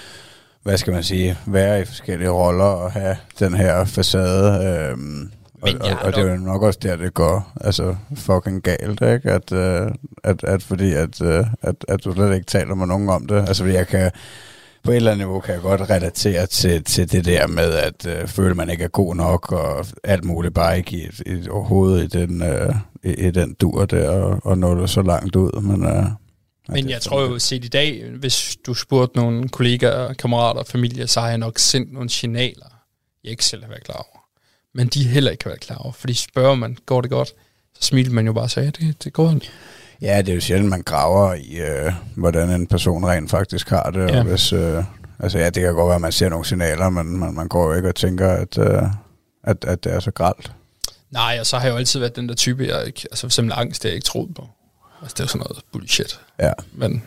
F: hvad skal man sige, være i forskellige roller og have den her facade. Øhm, og, og, og det er jo nok også der, det går altså fucking galt, ikke? At, uh, at, at fordi at, uh, at, at du slet ikke taler med nogen om det. Altså fordi jeg kan, på et eller andet niveau kan jeg godt relatere til, til det der med, at uh, føle, man ikke er god nok, og alt muligt bare ikke i, i, overhovedet i den, uh, i, i den dur der, og, og nå det så langt ud. Men, uh,
E: men jeg tror jo, set i dag, hvis du spurgte nogle kollegaer, kammerater og familie, så har jeg nok sendt nogle signaler, jeg ikke selv har været klar over. Men de heller ikke kan være klar over. Fordi spørger man, går det godt, så smiler man jo bare og siger, ja, det, det går.
F: Ja, det er jo sjældent, man graver i, øh, hvordan en person rent faktisk har det. Ja. Og hvis, øh, altså ja, det kan godt være, at man ser nogle signaler, men man, man går jo ikke og tænker, at, øh, at, at det er så grelt.
E: Nej, og så har jeg jo altid været den der type, jeg ikke, altså for eksempel angst, det jeg ikke troet på. Altså det er jo sådan noget bullshit.
F: Ja.
E: Men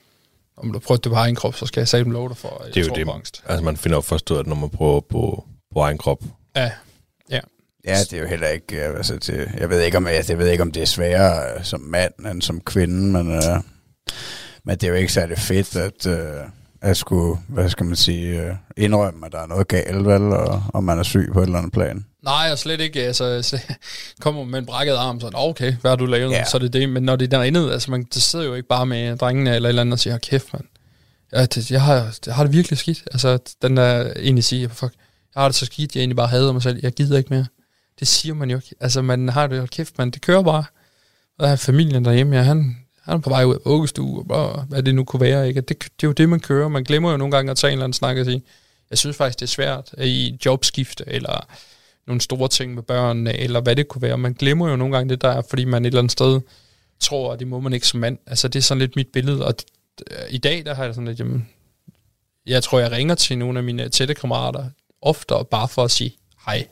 E: om du prøver det på egen krop, så skal jeg sige dem lov dig for, at
D: det er
E: jeg
D: jo
E: tror
D: det.
E: på angst.
D: Altså man finder jo forstået, at når man prøver på, på egen krop.
E: Ja. Ja.
F: Ja, det er jo heller ikke, altså det, jeg ved ikke om jeg, jeg ved ikke om det er sværere som mand end som kvinde, men, øh, men det er jo ikke særlig fedt at øh, at skulle, hvad skal man sige, øh, indrømme, at der er noget galt, vel, og, og man er syg på et eller andet plan.
E: Nej, og slet ikke. Altså, så kommer med en brækket arm, så okay, hvad har du lavet? Ja. Så er det det. Men når det er derinde, altså man det sidder jo ikke bare med drengene eller et eller andet og siger, kæft, mand. Jeg, det, jeg, har, jeg har det virkelig skidt. Altså, den der egentlig siger, fuck, jeg har det så skidt, jeg egentlig bare hader mig selv. Jeg gider ikke mere. Det siger man jo ikke. Altså, man har det jo, kæft, man. Det kører bare. Og der er familien derhjemme, ja, han, han er på vej ud af vuggestue, og hvad det nu kunne være, ikke? Det, det er jo det, man kører. Man glemmer jo nogle gange at tage en eller anden snak og sige, jeg synes faktisk, det er svært i jobskifte, eller nogle store ting med børnene, eller hvad det kunne være. Man glemmer jo nogle gange det der, fordi man et eller andet sted tror, at det må man ikke som mand. Altså, det er sådan lidt mit billede, og i dag, der har jeg sådan lidt, jamen, jeg tror, jeg ringer til nogle af mine tætte kammerater, oftere bare for at sige hej,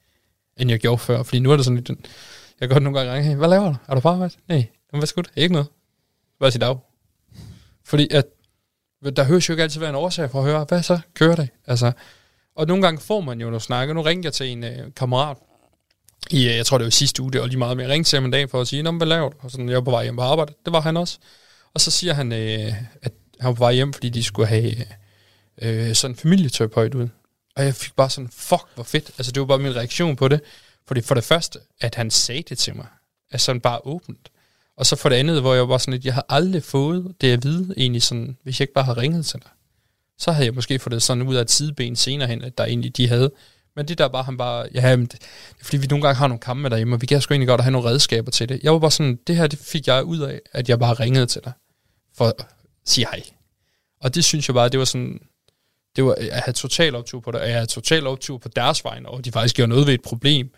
E: end jeg gjorde før, fordi nu er det sådan lidt, jeg kan godt nogle gange ringe, hey, hvad laver du? Er du på arbejde? Nej, hvad skal du? Ikke noget. Bare sige dag. Fordi at, der høres jo ikke altid være en årsag for at høre, hvad så? Kører det? Altså, Og nogle gange får man jo nogle snakker. Nu ringte jeg til en øh, kammerat, i, jeg tror det var sidste uge, det var lige meget, men jeg ringte til ham en dag for at sige, hvad laver du? Og sådan, jeg var på vej hjem på arbejde. Det var han også. Og så siger han, øh, at han var på vej hjem, fordi de skulle have øh, sådan en familieterapeut ud. Og jeg fik bare sådan, fuck, hvor fedt. Altså, det var bare min reaktion på det. Fordi for det første, at han sagde det til mig, er sådan bare åbent. Og så for det andet, hvor jeg var sådan lidt, jeg har aldrig fået det at vide, egentlig sådan, hvis jeg ikke bare havde ringet til dig. Så havde jeg måske fået det sådan ud af et sideben senere hen, at der egentlig de havde. Men det der bare, han bare, ja, det er fordi vi nogle gange har nogle kampe derhjemme, og vi kan sgu egentlig godt have nogle redskaber til det. Jeg var bare sådan, det her, det fik jeg ud af, at jeg bare ringede til dig, for at sige hej. Og det synes jeg bare, det var sådan, det var, jeg havde total optur på det, og jeg havde total optur på deres vegne, og de faktisk gjorde noget ved et problem,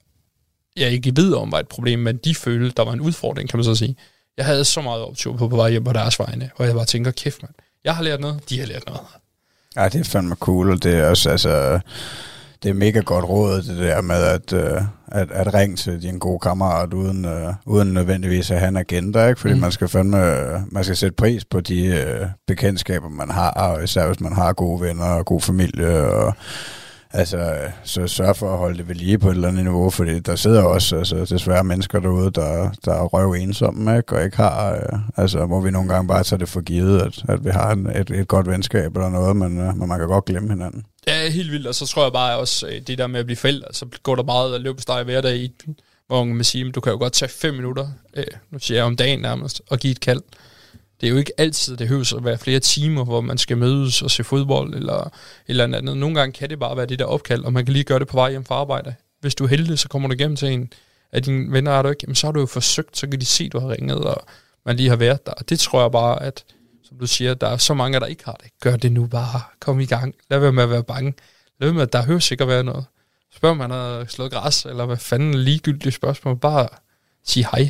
E: jeg ikke ved om var et problem, men de følte, der var en udfordring, kan man så sige. Jeg havde så meget optur på på vej hjem på deres vegne, og jeg bare tænker, kæft mand, jeg har lært noget, de har lært noget.
F: Ja, det er fandme cool, og det er også, altså, det er mega godt råd, det der med at, uh, at, at ringe til din gode kammerat, uden, uh, uden nødvendigvis at have en agenda, ikke? Fordi mm. man skal fandme, man skal sætte pris på de uh, bekendtskaber, man har, og især hvis man har gode venner og god familie, og altså, så sørg for at holde det ved lige på et eller andet niveau, fordi der sidder også altså, desværre mennesker derude, der, der er røv ensomme, ikke? Og ikke har, øh, altså, hvor vi nogle gange bare tager det for givet, at, at vi har en, et, et godt venskab eller noget, men, øh, men man kan godt glemme hinanden.
E: Ja, helt vildt, og så tror jeg bare også, det der med at blive forældre, så går der meget at løbe på steg hver dag i den, hvor man siger, du kan jo godt tage fem minutter, øh, nu siger jeg om dagen nærmest, og give et kald. Det er jo ikke altid, det høves at være flere timer, hvor man skal mødes og se fodbold eller et eller andet. Nogle gange kan det bare være det der opkald, og man kan lige gøre det på vej hjem fra arbejde. Hvis du er heldig, så kommer du igennem til en af dine venner, er du ikke? Jamen, så har du jo forsøgt, så kan de se, at du har ringet, og man lige har været der. Og det tror jeg bare, at, som du siger, der er så mange, der ikke har det. Gør det nu bare. Kom i gang. Lad være med at være bange. Lad være med, at der hører sikkert være noget. Spørg, om man har slået græs, eller hvad fanden ligegyldigt spørgsmål. Bare sig hej.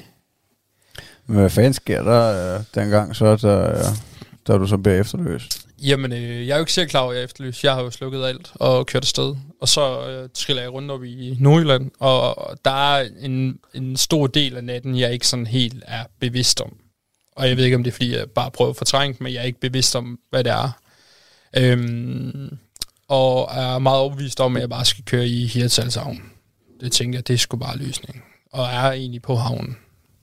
F: Men hvad fanden sker der øh, dengang, så der, der du så bliver efterløst?
E: Jamen, øh, jeg er jo ikke selv klar over, at jeg er efterløst. Jeg har jo slukket alt og kørt afsted. Og så øh, triller jeg rundt op i Nordjylland, og der er en, en stor del af natten, jeg ikke sådan helt er bevidst om. Og jeg ved ikke, om det er, fordi jeg bare prøver at fortrænge, men jeg er ikke bevidst om, hvad det er. Øhm, og er meget overbevist om, at jeg bare skal køre i Hirtshalshavn. Det tænker jeg, det er sgu bare løsningen. Og er egentlig på havnen.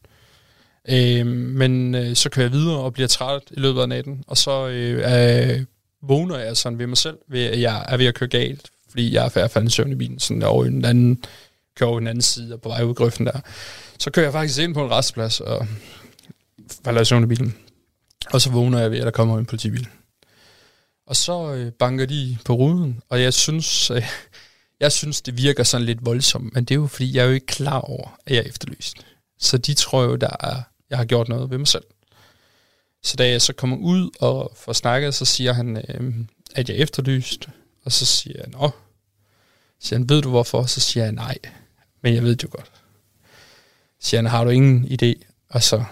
E: Øh, men øh, så kører jeg videre og bliver træt i løbet af natten, og så øh, øh, vågner jeg sådan ved mig selv, ved at jeg er ved at køre galt, fordi jeg er færdig faldet i søvn i bilen, sådan over i den anden, kører over i den anden side og på vej ud i grøften der. Så kører jeg faktisk ind på en resteplads og falder i søvn i bilen, og så vågner jeg ved, at der kommer en politibil. Og så øh, banker de på ruden, og jeg synes, øh, jeg synes, det virker sådan lidt voldsomt, men det er jo fordi, jeg er jo ikke klar over, at jeg er efterlyst. Så de tror jo, der er, jeg har gjort noget ved mig selv. Så da jeg så kommer ud og får snakket, så siger han, øh, at jeg er efterlyst. Og så siger jeg, nå. Så siger han, ved du hvorfor? Så siger jeg, nej. Men jeg ved det jo godt. Så siger han, har du ingen idé? Og så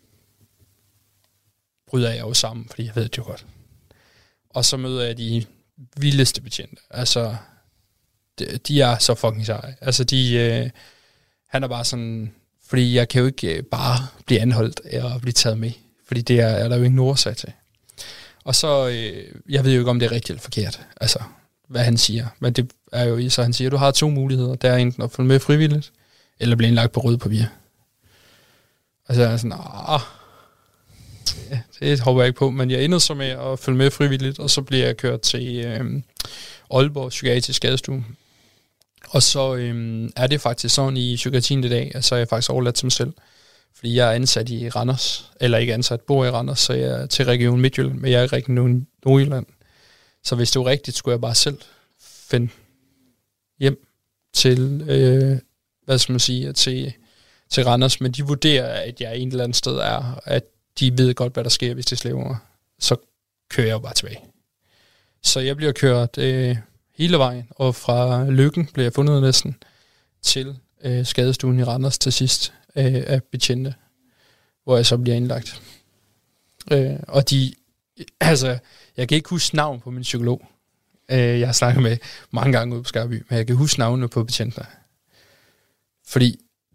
E: bryder jeg jo sammen, fordi jeg ved det jo godt. Og så møder jeg de vildeste betjente. Altså, de, de er så fucking seje. Altså, de, øh, han er bare sådan... Fordi jeg kan jo ikke bare blive anholdt og blive taget med. Fordi det er, er der jo ingen årsag til. Og så, øh, jeg ved jo ikke, om det er rigtigt eller forkert. Altså, hvad han siger. Men det er jo så han siger, du har to muligheder. Der er enten at følge med frivilligt, eller blive indlagt på røde papir. Og så er jeg sådan, ah, ja, det håber jeg ikke på. Men jeg endte så med at følge med frivilligt, og så bliver jeg kørt til øh, Aalborg Psykiatrisk Skadestue. Og så øhm, er det faktisk sådan i psykiatrien i dag, at så er jeg faktisk overladt til mig selv. Fordi jeg er ansat i Randers, eller ikke ansat, bor i Randers, så jeg er til Region Midtjylland, men jeg er i Region Nordjylland. Så hvis det var rigtigt, skulle jeg bare selv finde hjem til, øh, hvad skal man sige, til, til Randers. Men de vurderer, at jeg en eller anden sted er, at de ved godt, hvad der sker, hvis det slæver mig. Så kører jeg jo bare tilbage. Så jeg bliver kørt... Øh, hele vejen, og fra Lykken blev jeg fundet næsten til øh, skadestuen i Randers til sidst øh, af betjente, hvor jeg så bliver indlagt. Øh, og de, altså, jeg kan ikke huske navn på min psykolog. Øh, jeg har snakket med mange gange ude på Skarby, men jeg kan huske navnene på betjentene. Fordi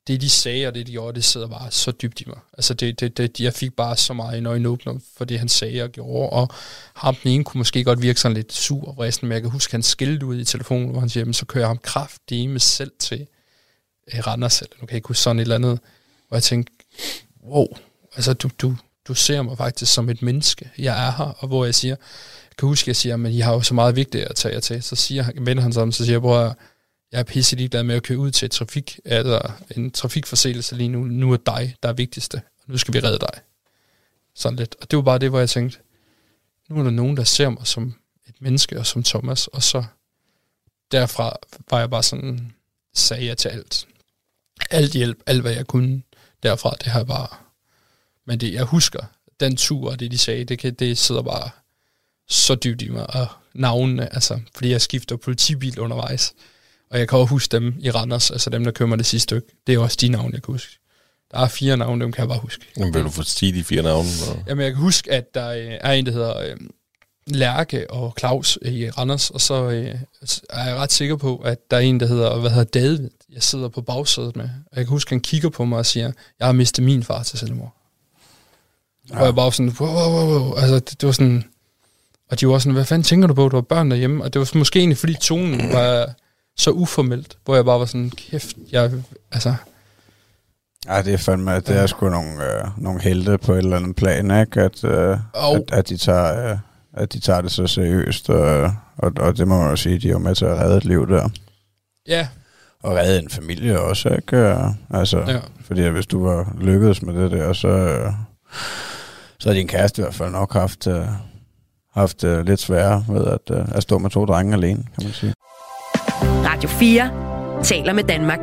E: det de sagde, og det de gjorde, det sidder bare så dybt i mig. Altså, det, det, det, jeg fik bare så meget en øjenåbner for det, han sagde og gjorde, og ham den ene kunne måske godt virke sådan lidt sur og vristen, men jeg kan huske, han skældte ud i telefonen, hvor han siger, men så kører jeg ham kraftigt med selv til eh, Randers, eller nu kan jeg ikke huske sådan et eller andet, hvor jeg tænkte, wow, altså, du, du, du ser mig faktisk som et menneske, jeg er her, og hvor jeg siger, jeg kan huske, jeg siger, men I har jo så meget vigtigt at tage jer til, så siger han, vender han sammen, så siger jeg, bror, jeg er pisse ligeglad med at køre ud til et trafik, altså en trafikforseelse lige nu. Nu er dig, der er vigtigste. Nu skal vi redde dig. Sådan lidt. Og det var bare det, hvor jeg tænkte, nu er der nogen, der ser mig som et menneske, og som Thomas. Og så derfra var jeg bare sådan, sagde jeg til alt. Alt hjælp, alt hvad jeg kunne derfra, det har bare... Men det, jeg husker, den tur og det, de sagde, det, kan, det sidder bare så dybt i mig. Og navnene, altså, fordi jeg skifter politibil undervejs. Og jeg kan også huske dem i Randers, altså dem, der kører mig det sidste stykke. Det er også de navne, jeg kan huske. Der er fire navne, dem kan jeg bare huske.
D: Jamen, vil du få sige de fire navne? Og...
E: Jamen, jeg kan huske, at der er en, der hedder øh, Lærke og Claus i Randers, og så øh, er jeg ret sikker på, at der er en, der hedder, hvad hedder David, jeg sidder på bagsædet med. Og jeg kan huske, at han kigger på mig og siger, jeg har mistet min far til selvmord. Ja. Og jeg bare sådan, wow, wow, wow. Altså, det, det var sådan... Og de var sådan, hvad fanden tænker du på, du har børn derhjemme? Og det var måske egentlig, fordi tonen var... så uformelt, hvor jeg bare var sådan, kæft, jeg, altså...
F: Ja, det er fandme, det er sgu nogle, øh, nogle helte på et eller andet plan, ikke? At, øh,
E: oh.
F: at, at, de tager, øh, at de tager det så seriøst, og, og, og det må man jo sige, de er jo med til at redde et liv der.
E: Ja.
F: Og redde en familie også, ikke? Altså, ja. Fordi hvis du var lykkedes med det der, så, øh, så har din kæreste i hvert fald nok haft, øh, haft øh, lidt sværere ved at, øh, at stå med to drenge alene, kan man sige.
B: Radio fire taler med Danmark.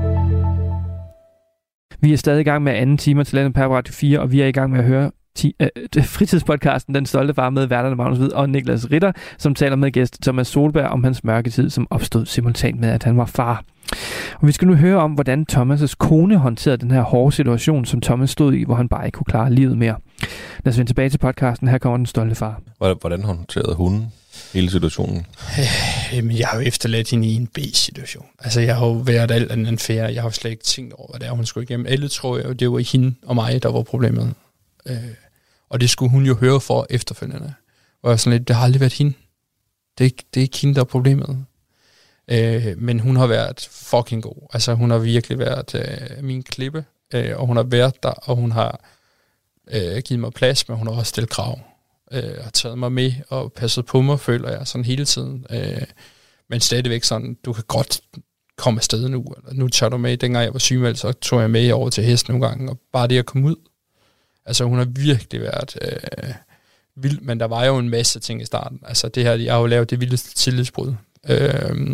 C: Vi er stadig i gang med anden time til landet på Radio fire, og vi er i gang med at høre ti- øh, fritidspodcasten Den Stolte Far med værterne Magnus Hvid og Niklas Ritter, som taler med gæst Thomas Solberg om hans mørketid, som opstod simultant med, at han var far. Og vi skal nu høre om, hvordan Thomas' kone håndterede den her hårde situation, som Thomas stod i, hvor han bare ikke kunne klare livet mere. Lad os vende tilbage til podcasten. Her kommer Den Stolte Far.
D: Hvordan håndterede hun hele situationen?
E: Jamen, jeg har jo efterladt hende i en B-situation. Altså, jeg har jo været alt andet end fair. Jeg har jo slet ikke tænkt over, hvad det er, hun skulle igennem. Alle tror jeg jo, det var hende og mig, der var problemet. Øh, og det skulle hun jo høre for efterfølgende. Og jeg sådan lidt, det har aldrig været hende. Det er ikke, det er ikke hende, der er problemet. Øh, men hun har været fucking god. Altså, hun har virkelig været øh, min klippe. Øh, og hun har været der, og hun har øh, givet mig plads, men hun har også stillet krav. Øh, har taget mig med og passet på mig, føler jeg, sådan hele tiden. Øh, men stadigvæk sådan, du kan godt komme afsted nu. Eller, nu tager du med, dengang jeg var sygemeldt, så tog jeg med over til hesten nogle gange, og bare det at komme ud. Altså, hun har virkelig været øh, vild, men der var jo en masse ting i starten. Altså, det her, jeg har jo lavet det vildeste tillidsbrud. Øh,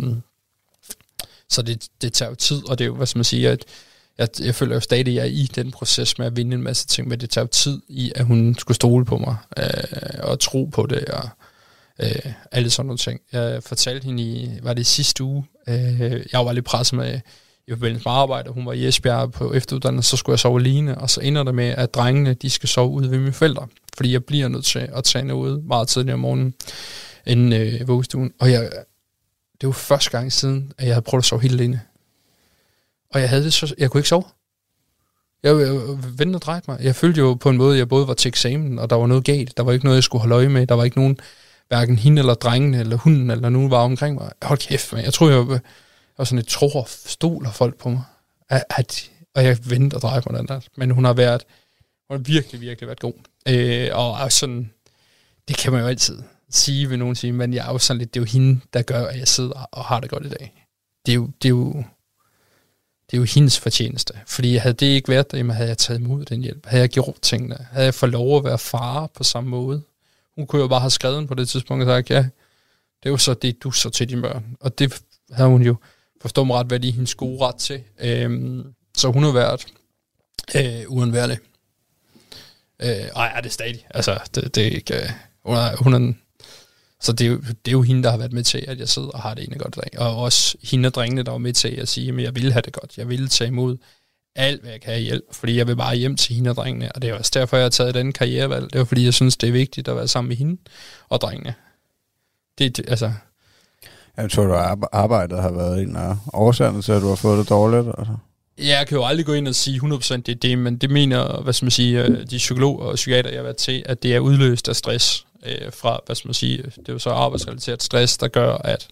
E: så det, det tager jo tid, og det er jo, hvad skal man sige, at Jeg, jeg føler jo stadig, at jeg er i den proces med at vinde en masse ting, men det tager jo tid i, at hun skulle stole på mig, øh, og tro på det, og øh, alle sådan nogle ting. Jeg fortalte hende i, var det sidste uge, øh, jeg var lidt presset med, i forbindelse med arbejde, hun var i Esbjerg på efteruddannelse, så skulle jeg sove alene, og så ender det med, at drengene, de skal sove ude ved mine forældre, fordi jeg bliver nødt til at tage hende ude meget tidligere om morgenen, inden øh, vuggestuen. Og jeg, det var første gang siden, at jeg havde prøvet at sove helt alene. Og jeg havde det så, jeg kunne ikke sove. Jeg, jeg, jeg vendte og drejede mig. Jeg følte jo på en måde, at jeg både var til eksamen, og der var noget galt. Der var ikke noget, jeg skulle holde øje med. Der var ikke nogen, hverken hende eller drengene, eller hunden, eller nogen var omkring mig. Hold kæft, man. Jeg tror, jeg var, jeg var sådan et tror, stoler folk på mig. At, at, og jeg vendte og drejede mig den der. Men hun har været, hun har virkelig, virkelig været god. Øh, og sådan, det kan man jo altid sige, vil nogen sige, men jeg er jo sådan lidt, det er jo hende, der gør, at jeg sidder og har det godt i dag. Det er jo, det er jo Det er jo hendes fortjeneste. Fordi havde det ikke været der, jamen havde jeg taget imod den hjælp. Havde jeg gjort tingene. Havde jeg fået lov at være far på samme måde. Hun kunne jo bare have skrevet på det tidspunkt og sagt, ja, det er jo så det, du så til dine børn. Og det havde hun jo, forstår mig ret, været i hendes gode ret til. Øhm, så hun har været øh, uundværlig. Øh, ej, er det stadig. Altså, det, det er ikke... Øh, hun er, hun er Så det er, jo, det er jo hende, der har været med til, at jeg sidder og har det ene godt i dag. Og også hende og drengene, der var med til at sige, at jeg vil have det godt. Jeg vil tage imod alt, hvad jeg kan have hjælp. Fordi jeg vil bare hjem til hende og drengene. Og det er også derfor, jeg har taget den karrierevalg. Det var fordi, jeg synes, det er vigtigt at være sammen med hende og drengene. Det, det altså...
F: Jeg tror, du arbejdet har været en af årsagerne til, at du har fået det dårligt. Altså.
E: Ja, jeg kan jo aldrig gå ind og sige hundrede procent det er det, men det mener, hvad skal man sige, de psykologer og psykiater, jeg har været til, at det er udløst af stress øh, fra, hvad skal man sige, det er jo så arbejdsrelateret stress, der gør, at,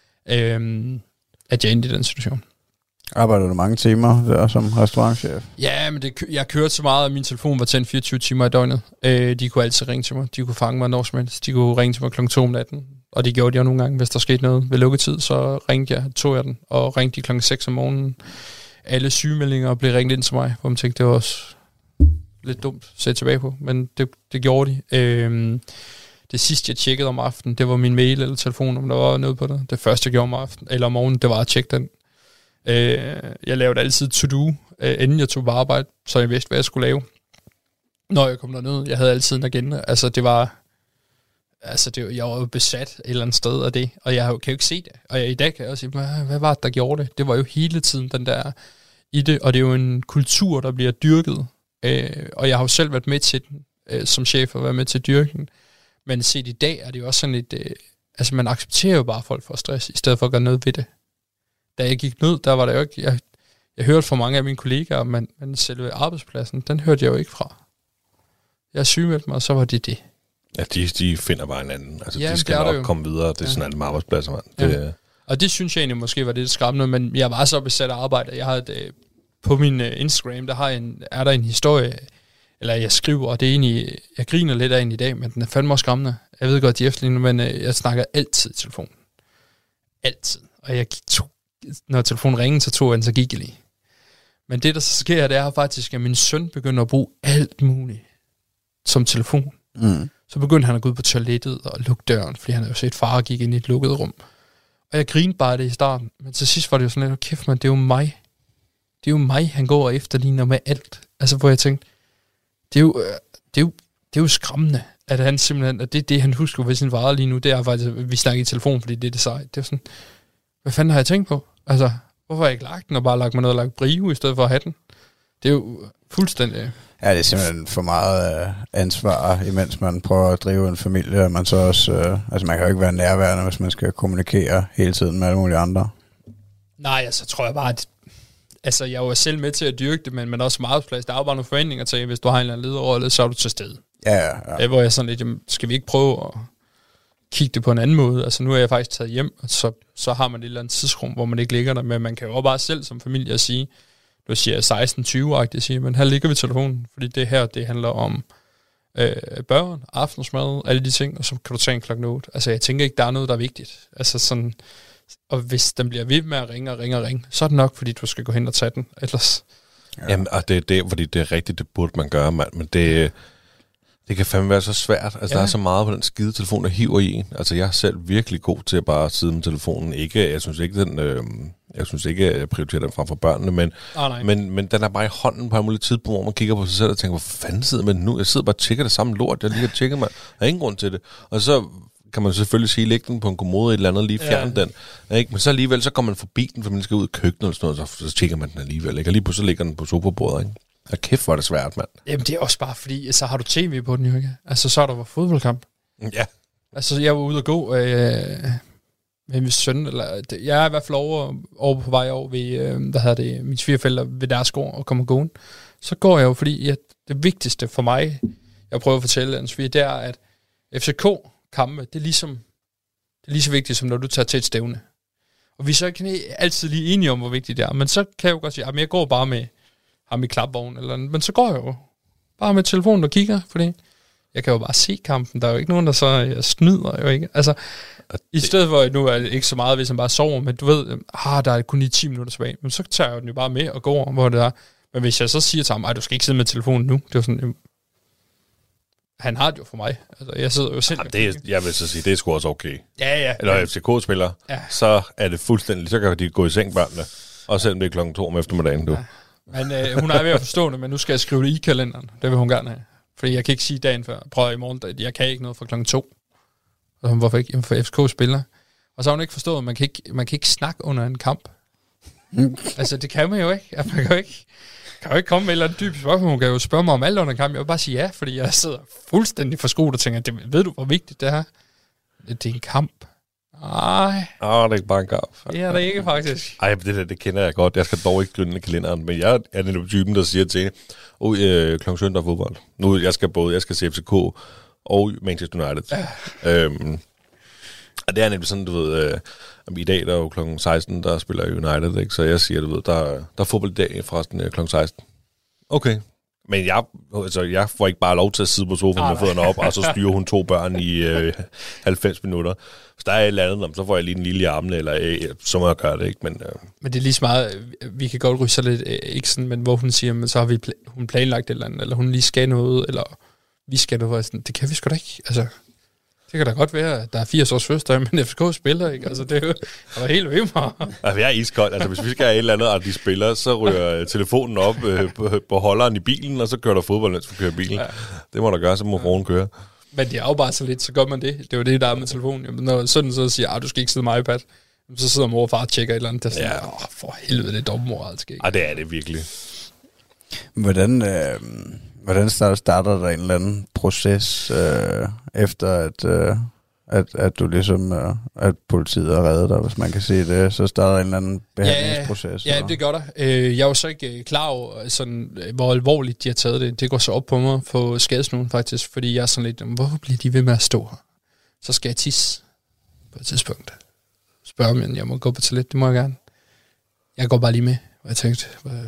E: øh, at jeg er inde i den situation.
F: Arbejder du mange timer der som restaurantchef?
E: Ja, men det, jeg kørte så meget, at min telefon var tændt fireogtyve timer i døgnet. Øh, de kunne altid ringe til mig. De kunne fange mig når som helst. De kunne ringe til mig klokken to om natten. Og det gjorde de jo nogle gange. Hvis der skete noget ved lukketid, så ringte jeg, tog jeg den, og ringte de klokken seks om morgenen. Alle sygemeldinger blev ringet ind til mig, hvor man tænkte, det var også lidt dumt at sætte tilbage på. Men det, det gjorde de. Øh, det sidste, jeg tjekkede om aftenen, det var min mail eller telefon, om der var noget på det. Det første, jeg gjorde om aftenen, eller om morgenen, det var at tjekke den. Øh, jeg lavede altid to-do, øh, inden jeg tog på arbejde, så jeg vidste, hvad jeg skulle lave, når jeg kom derned. Jeg havde altid en agenda. Altså, det var... Altså, det var, jeg var jo besat et eller andet sted af det, og jeg kan jo ikke se det. Og jeg, i dag kan jeg også sige, hvad, hvad var det, der gjorde det? Det var jo hele tiden den der i det, og det er jo en kultur, der bliver dyrket. Øh, og jeg har jo selv været med til den, øh, som chef, og været med til at dyrke den. Men set i dag er det jo også sådan lidt... Øh, altså, man accepterer jo bare folk for stress, i stedet for at gøre noget ved det. Da jeg gik ned, der var der jo ikke... Jeg, jeg hørte fra mange af mine kollegaer, men, men selve arbejdspladsen, den hørte jeg jo ikke fra. Jeg sygemeldte mig, og så var det det.
D: Ja, de, de finder bare en anden. Altså,
E: ja,
D: de skal nok komme videre. Det er ja. sådan en med arbejdspladser, mand.
E: Ja.
D: Det,
E: og det synes jeg egentlig måske var det skræmmende, men jeg var så besat af arbejde. Jeg havde et, på min Instagram, der har en, er der en historie, eller jeg skriver, og det er egentlig... Jeg griner lidt af en i dag, men den er fandme også skræmmende. Jeg ved godt, de efterligner, men jeg snakker altid i telefonen. Altid. Og jeg tog når telefonen ringede, så tog jeg den, så gik jeg lige. Men det, der så sker, det er faktisk, at min søn begynder at bruge alt muligt som telefon. Mm. Så begyndte han at gå ud på toilettet og lukke døren, fordi han havde jo set far gik ind i et lukket rum. Og jeg grinede bare det i starten, men til sidst var det jo sådan lidt, kæft man, det er jo mig. Det er jo mig, han går og efterligner med alt. Altså, hvor jeg tænkte, det er jo, det er jo, det er jo skræmmende, at han simpelthen, at det er det, han husker ved sin far lige nu, det er faktisk, at vi snakker i telefon, fordi det er det sejt. Det er sådan, hvad fanden har jeg tænkt på? Altså, hvorfor har jeg ikke lagt den, og bare lagt mig noget og lagt brive, i stedet for at have den? Det er jo fuldstændig...
F: Ja, det er simpelthen for meget øh, ansvar, imens man prøver at drive en familie, og man så også... Øh, altså, man kan jo ikke være nærværende, hvis man skal kommunikere hele tiden med alle mulige andre.
E: Nej, altså, tror jeg bare, at... Altså, jeg var selv med til at dyrke det, men, men også meget plads. Der er jo bare nogle forventninger til, hvis du har en eller anden lederrolle, så er du til stede.
F: Ja, ja, ja.
E: Hvor jeg sådan lidt, jamen, skal vi ikke prøve at kigge det på en anden måde? Altså, nu er jeg faktisk taget hjem, og så, så har man et eller andet tidsrum, hvor man ikke ligger der, men man kan jo bare selv som familie at sige, du siger seksten tyve-agtigt, sige, men her ligger vi telefonen, fordi det her, det handler om øh, børn, aftensmad, alle de ting, og så kan du tage en klokken otte. Altså, jeg tænker ikke, der er noget, der er vigtigt. Altså sådan, og hvis den bliver ved med at ringe og ringe og ringe, så er det nok, fordi du skal gå hen og tage den, ellers...
D: Ja. Jamen, og det er det, fordi det er rigtigt, det burde man gøre, mand, men det... Det kan fandme være så svært. Altså, ja. Der er så meget på den skide telefon, der hiver i en. Altså, jeg er selv virkelig god til at bare sidde med telefonen. Ikke, jeg synes ikke, den, øh, jeg synes ikke, at jeg prioriterer den frem for børnene, men, oh, men, men den er bare i hånden på en mulig tidspunkt, hvor man kigger på sig selv og tænker, hvor fanden sidder man nu? Jeg sidder bare og tjekker det samme lort. Jeg lige har tjekket mig. Der er ingen grund til det. Og så kan man selvfølgelig sige, læg den på en kommode et eller andet, lige fjerne ja. den. Ikke? Men så alligevel, så kommer man forbi den, for man skal ud i køkkenet eller sådan noget, så, så tjekker man den alligevel. Ikke? Og lige pludselig ligger den på sofabordet, ikke? Og kæft, hvor er det svært, mand.
E: Jamen, det er også bare fordi, så har du tv på den jo, ikke? Altså, så er der var fodboldkamp.
D: Ja.
E: Altså, jeg var ude og gå øh, med min søn, eller jeg er i hvert fald over, over på vej over ved, øh, hvad hedder det, mine svigerforældre ved deres gård og kommer gående. Så går jeg jo, fordi jeg, det vigtigste for mig, jeg prøver at fortælle en sviger, det er, at F C K-kampe, det er ligesom, det er lige så vigtigt, som når du tager til et stævne. Og vi er så ikke altid lige enige om, hvor vigtigt det er, men så kan jeg jo godt sige, at jeg går bare med ham i klapvogn, eller men så går jeg jo bare med telefonen og kigger, fordi jeg kan jo bare se kampen. Der er jo ikke nogen, der så jeg snyder jo ikke. Altså, det... i stedet for, nu er det ikke så meget, hvis han bare sover, men du ved, ah, der er kun lige ti minutter tilbage, men så tager jeg den jo bare med og går, hvor det er. Men hvis jeg så siger til ham, ej, du skal ikke sidde med telefonen nu, det er sådan, jamen, han har det jo for mig. Altså, jeg sidder jo selv...
D: Ja, det er, jeg vil så sige, det er sgu også okay.
E: Ja, ja.
D: Eller F C K-spiller, ja. Så er det fuldstændig, så kan de gå i seng, børnene. Også selvom det er klokken to om eftermiddagen, du. Ja.
E: Men øh, hun er ved at forstå det, men nu skal jeg skrive det i kalenderen. Det vil hun gerne have. Fordi jeg kan ikke sige dagen før. Prøv i morgen, jeg kan ikke noget fra klokken to. Og hun, hvorfor ikke? Jamen, for F C K spiller. Og så har hun ikke forstået, at man kan ikke, man kan ikke snakke under en kamp. Mm. Altså, det kan man jo ikke. Man kan jo ikke, kan jo ikke komme med et eller andet dybt spørgsmål. Hun kan jo spørge mig om alt under en kamp. Jeg vil bare sige ja, fordi jeg sidder fuldstændig forskruet og tænker, det, ved du, hvor vigtigt det er? Det er en kamp. Nej.
D: Åh, oh, det er ikke bare en gav.
E: Det er det ikke, faktisk.
D: Ej, det der, det kender jeg godt. Jeg skal dog ikke glynde kalenderen, men jeg er den typen, der siger til, oh, øh, klokken søndag fodbold. Nu, jeg skal både, jeg skal se F C K og Manchester United. Ja. Øhm, og det er nemlig sådan, du ved, øh, i dag der er jo klokken seksten, der spiller United, ikke? Så jeg siger, du ved, der, der er fodbold i dag forresten øh, klokken seksten. Okay. Men jeg, altså, jeg får ikke bare lov til at sidde på sofaen med fødderne op, og så styrer hun to børn i øh, halvfems minutter. Hvis der er et eller andet, så får jeg lige en lille i armene, eller øh, så må jeg gøre det, ikke? Men, øh.
E: men det er lige så meget, vi kan godt ryge så lidt, øh, ikke sådan, men hvor hun siger, men så har vi pl- hun planlagt et eller andet, eller hun lige skal noget, eller vi skal noget, sådan, det kan vi sgu da ikke, altså. Det kan da godt være, at der er firs års fødselsdag, men F C K spiller, ikke? Altså, det er jo det helt ved mig.
D: Altså, jeg er iskold. Altså, hvis vi skal have et eller andet, og de spiller, så ryger telefonen op øh, på, på holderen i bilen, og så kører der fodbold, mens vi kører bilen. Ja. Det må der gøre, så må ja. Fruen køre.
E: Men det er jo bare så lidt, så gør man det. Det er jo det, der er med telefonen. Jamen, når sådan så siger, at du skal ikke sidde med iPad, så sidder mor og far og tjekker et eller andet, der siger, ja. Åh, for helvede, det er dobbeltmoral.
D: Ej, det er det virkelig.
F: Hvordan... Øh Hvordan starter der en eller anden proces, øh, efter at, øh, at, at du ligesom, øh, at politiet har reddet dig, hvis man kan sige det, så starter en eller anden behandlingsproces?
E: Ja, ja det gør der. Jeg var så ikke klar over, sådan, hvor alvorligt de har taget det. Det går så op på mig på skadesnuen faktisk, fordi jeg er sådan lidt, hvorfor bliver de ved med at stå her? Så skal jeg tisse på et tidspunkt. Spørger mig, jeg må gå på toilet, det må jeg gerne. Jeg går bare lige med, og jeg tænkte...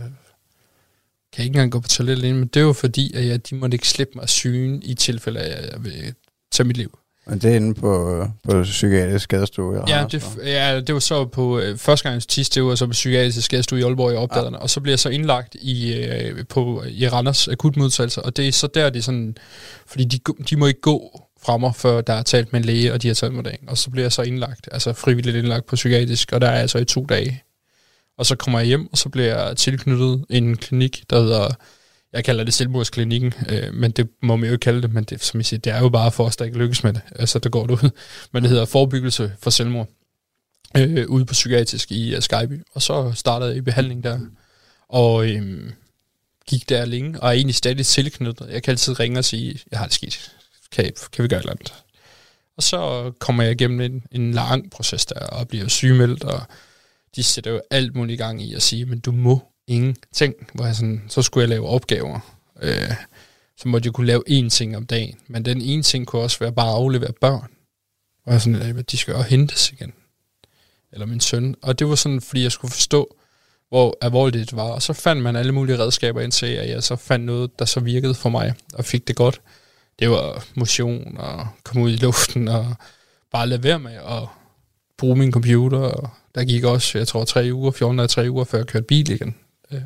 E: kan jeg ikke engang gå på toilettet alene, men det er jo fordi, at jeg, de måtte ikke slippe mig af sygen i tilfælde af, at jeg vil tage mit liv.
F: Men det er inde på, på psykiatrisk skadestue?
E: Ja, det, ja, det var så på øh, første gang tis, det var så på psykiatrisk skadestue i Aalborg i opdagerne, ja. Og så bliver jeg så indlagt i, øh, på, i Randers akutmodtagelse, og det er så der, det er sådan, fordi de, de må ikke gå fra mig, før der er talt med en læge, og de har taget mig dagen, og så bliver jeg så indlagt, altså frivilligt indlagt på psykiatrisk, og der er jeg så i to dage. Og så kommer jeg hjem, og så bliver jeg tilknyttet en klinik, der hedder, jeg kalder det selvmordsklinikken, øh, men det må man jo ikke kalde det, men det, som jeg siger, det er jo bare for os, der ikke lykkes med det. Altså, der går det ud. Men det hedder forebyggelse for selvmord, øh, ude på psykiatrisk i uh, Skyby. Og så startede jeg i behandling der, og øh, gik der længe, og er egentlig stadig tilknyttet. Jeg kan altid ringe og sige, jeg har det skidt, kan, kan vi gøre et eller andet? Og så kommer jeg igennem en, en lang proces der, og bliver sygemeldt, og de sætter jo alt muligt i gang i at sige, men du må ingenting. Hvor jeg sådan, så skulle jeg lave opgaver. Øh, så måtte jeg kunne lave én ting om dagen. Men den ene ting kunne også være bare at aflevere børn. Og jeg sådan, at de skal jo hentes igen. Eller min søn. Og det var sådan, fordi jeg skulle forstå, hvor alvorligt det var. Og så fandt man alle mulige redskaber indtil, at jeg så fandt noget, der så virkede for mig, og fik det godt. Det var motion, og komme ud i luften, og bare lade være med at bruge min computer, og der gik også, jeg tror, tre uger, fjorten af tre uger, før jeg kørte bil igen. Øh,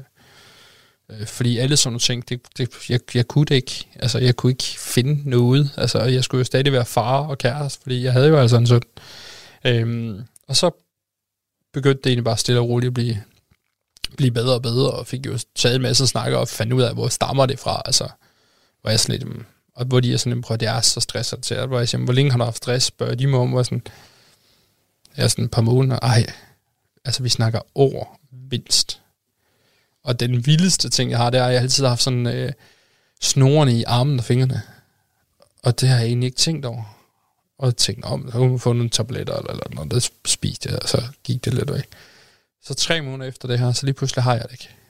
E: øh, fordi alle sådan nogle ting, det, det, jeg, jeg kunne det ikke. Altså, jeg kunne ikke finde noget. Altså, jeg skulle jo stadig være far og kæreste, fordi jeg havde jo altså en søn. Øh, og så begyndte det egentlig bare stille og roligt at blive, blive bedre og bedre, og fik jo taget en masse snakker og fandt ud af, hvor stammer det fra. Altså, hvor jeg sådan lidt, og hvor de er sådan, prøv, det er så stresset til. Hvor jeg siger, hvor længe har du haft stress? Spørger de mig om, hvor sådan, jeg er sådan et par måneder, ej, altså vi snakker år mindst. Og den vildeste ting, jeg har, det er, at jeg altid har haft sådan øh, snorene i armen og fingrene. Og det har jeg egentlig ikke tænkt over. Og jeg tænkte, om, så kunne man få nogle tabletter eller, eller noget, der spiste jeg, og så gik det lidt væk. Så tre måneder efter det her, så lige pludselig har jeg det ikke.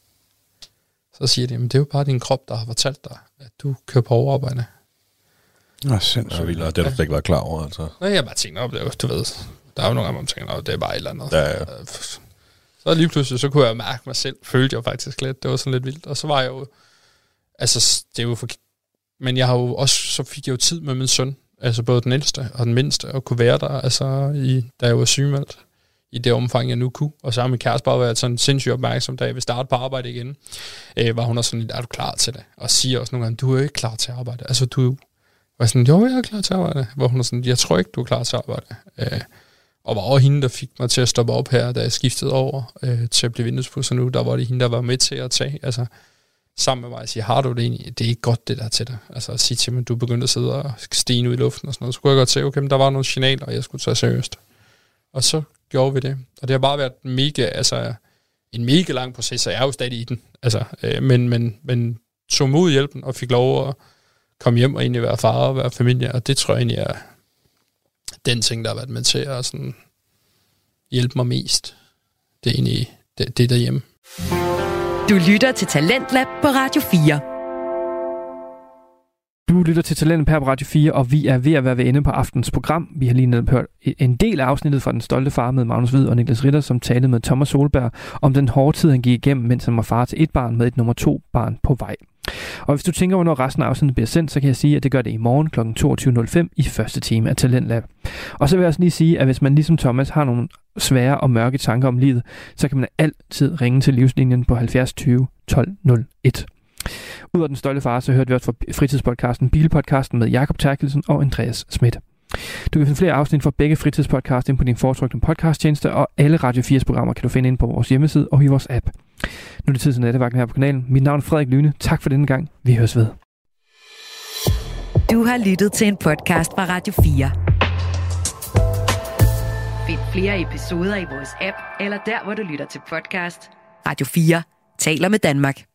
E: Så siger de, men det er jo bare din krop, der har fortalt dig, at du kører på overarbejde.
F: Nå, sindssygt.
D: Det har du slet ikke været klar over, altså.
E: Nej, jeg bare tænkte, op, det, du ved, der er jo nogle gange, man tænker, det er bare et eller andet.
D: Ja, ja.
E: Så lige pludselig, så kunne jeg mærke mig selv, følte jeg faktisk lidt, det var sådan lidt vildt. Og så var jeg jo, altså, det er jo for, men jeg har jo også, så fik jeg jo tid med min søn, altså både den ældste og den mindste, og kunne være der, altså, i, da jeg var sygemeldt, i det omfang, jeg nu kunne. Og så har min kæreste bare været sådan sindssygt opmærksom, da jeg vil starte på arbejde igen, øh, var hun også sådan lidt, er du klar til det? Og siger også nogle gange, du er ikke klar til at arbejde. Altså, du var sådan, jo, jeg er klar til at arbejde. Hvor hun er sådan, jeg tror ikke, du er klar til at arbejde. Øh, og var over hende, der fik mig til at stoppe op her, da jeg skiftede over øh, til at blive vinduespudser nu, der var det hende, der var med til at tage, altså sammen med mig og sige, har du det egentlig? Det er ikke godt, det der til dig. Altså at sige til mig, du begyndte at sidde og stene ud i luften og sådan noget. Så skulle jeg godt se, okay, men der var nogle signaler, og jeg skulle tage seriøst. Og så gjorde vi det. Og det har bare været mega, altså en mega lang proces, og jeg er jo stadig i den. Altså, øh, men, men, men tog mod hjælpen og fik lov at komme hjem og egentlig være far og være familie, og det tror jeg egentlig er, den ting, der har været med til at sådan hjælpe mig mest. Det er egentlig det, det derhjemme.
B: Du lytter til Talentlab på Radio fire.
C: Du lytter til Talentlab her på Radio fire, og vi er ved at være ved ende på aftens program. Vi har lige netop hørt en del af afsnittet fra Den Stolte Far med Magnus Hvid og Niklas Ritter, som talte med Thomas Solberg om den hårde tid, han gik igennem, mens han var far til et barn med et nummer to barn på vej. Og hvis du tænker, hvornår resten af afsnittet bliver sendt, så kan jeg sige, at det gør det i morgen kl. toogtyve nul fem i første time af Talentlab. Og så vil jeg også lige sige, at hvis man ligesom Thomas har nogle svære og mørke tanker om livet, så kan man altid ringe til Livslinjen på halvfjerds tyve tolv nul et. Ud af Den Stolte Far, så hørte vi også fra fritidspodcasten Bilpodcasten med Jakob Terkelsen og Andreas Schmidt. Du kan finde flere afsnit fra begge fritidspodcast ind på din foretrukne podcasttjeneste, og alle Radio fires programmer kan du finde ind på vores hjemmeside og i vores app. Nu er det tid til nattevagten her på kanalen. Mit navn er Frederik Lyne. Tak for denne gang. Vi høres ved.
B: Du har lyttet til en podcast fra Radio fire. Find flere episoder i vores app, eller der, hvor du lytter til podcast. Radio fire taler med Danmark.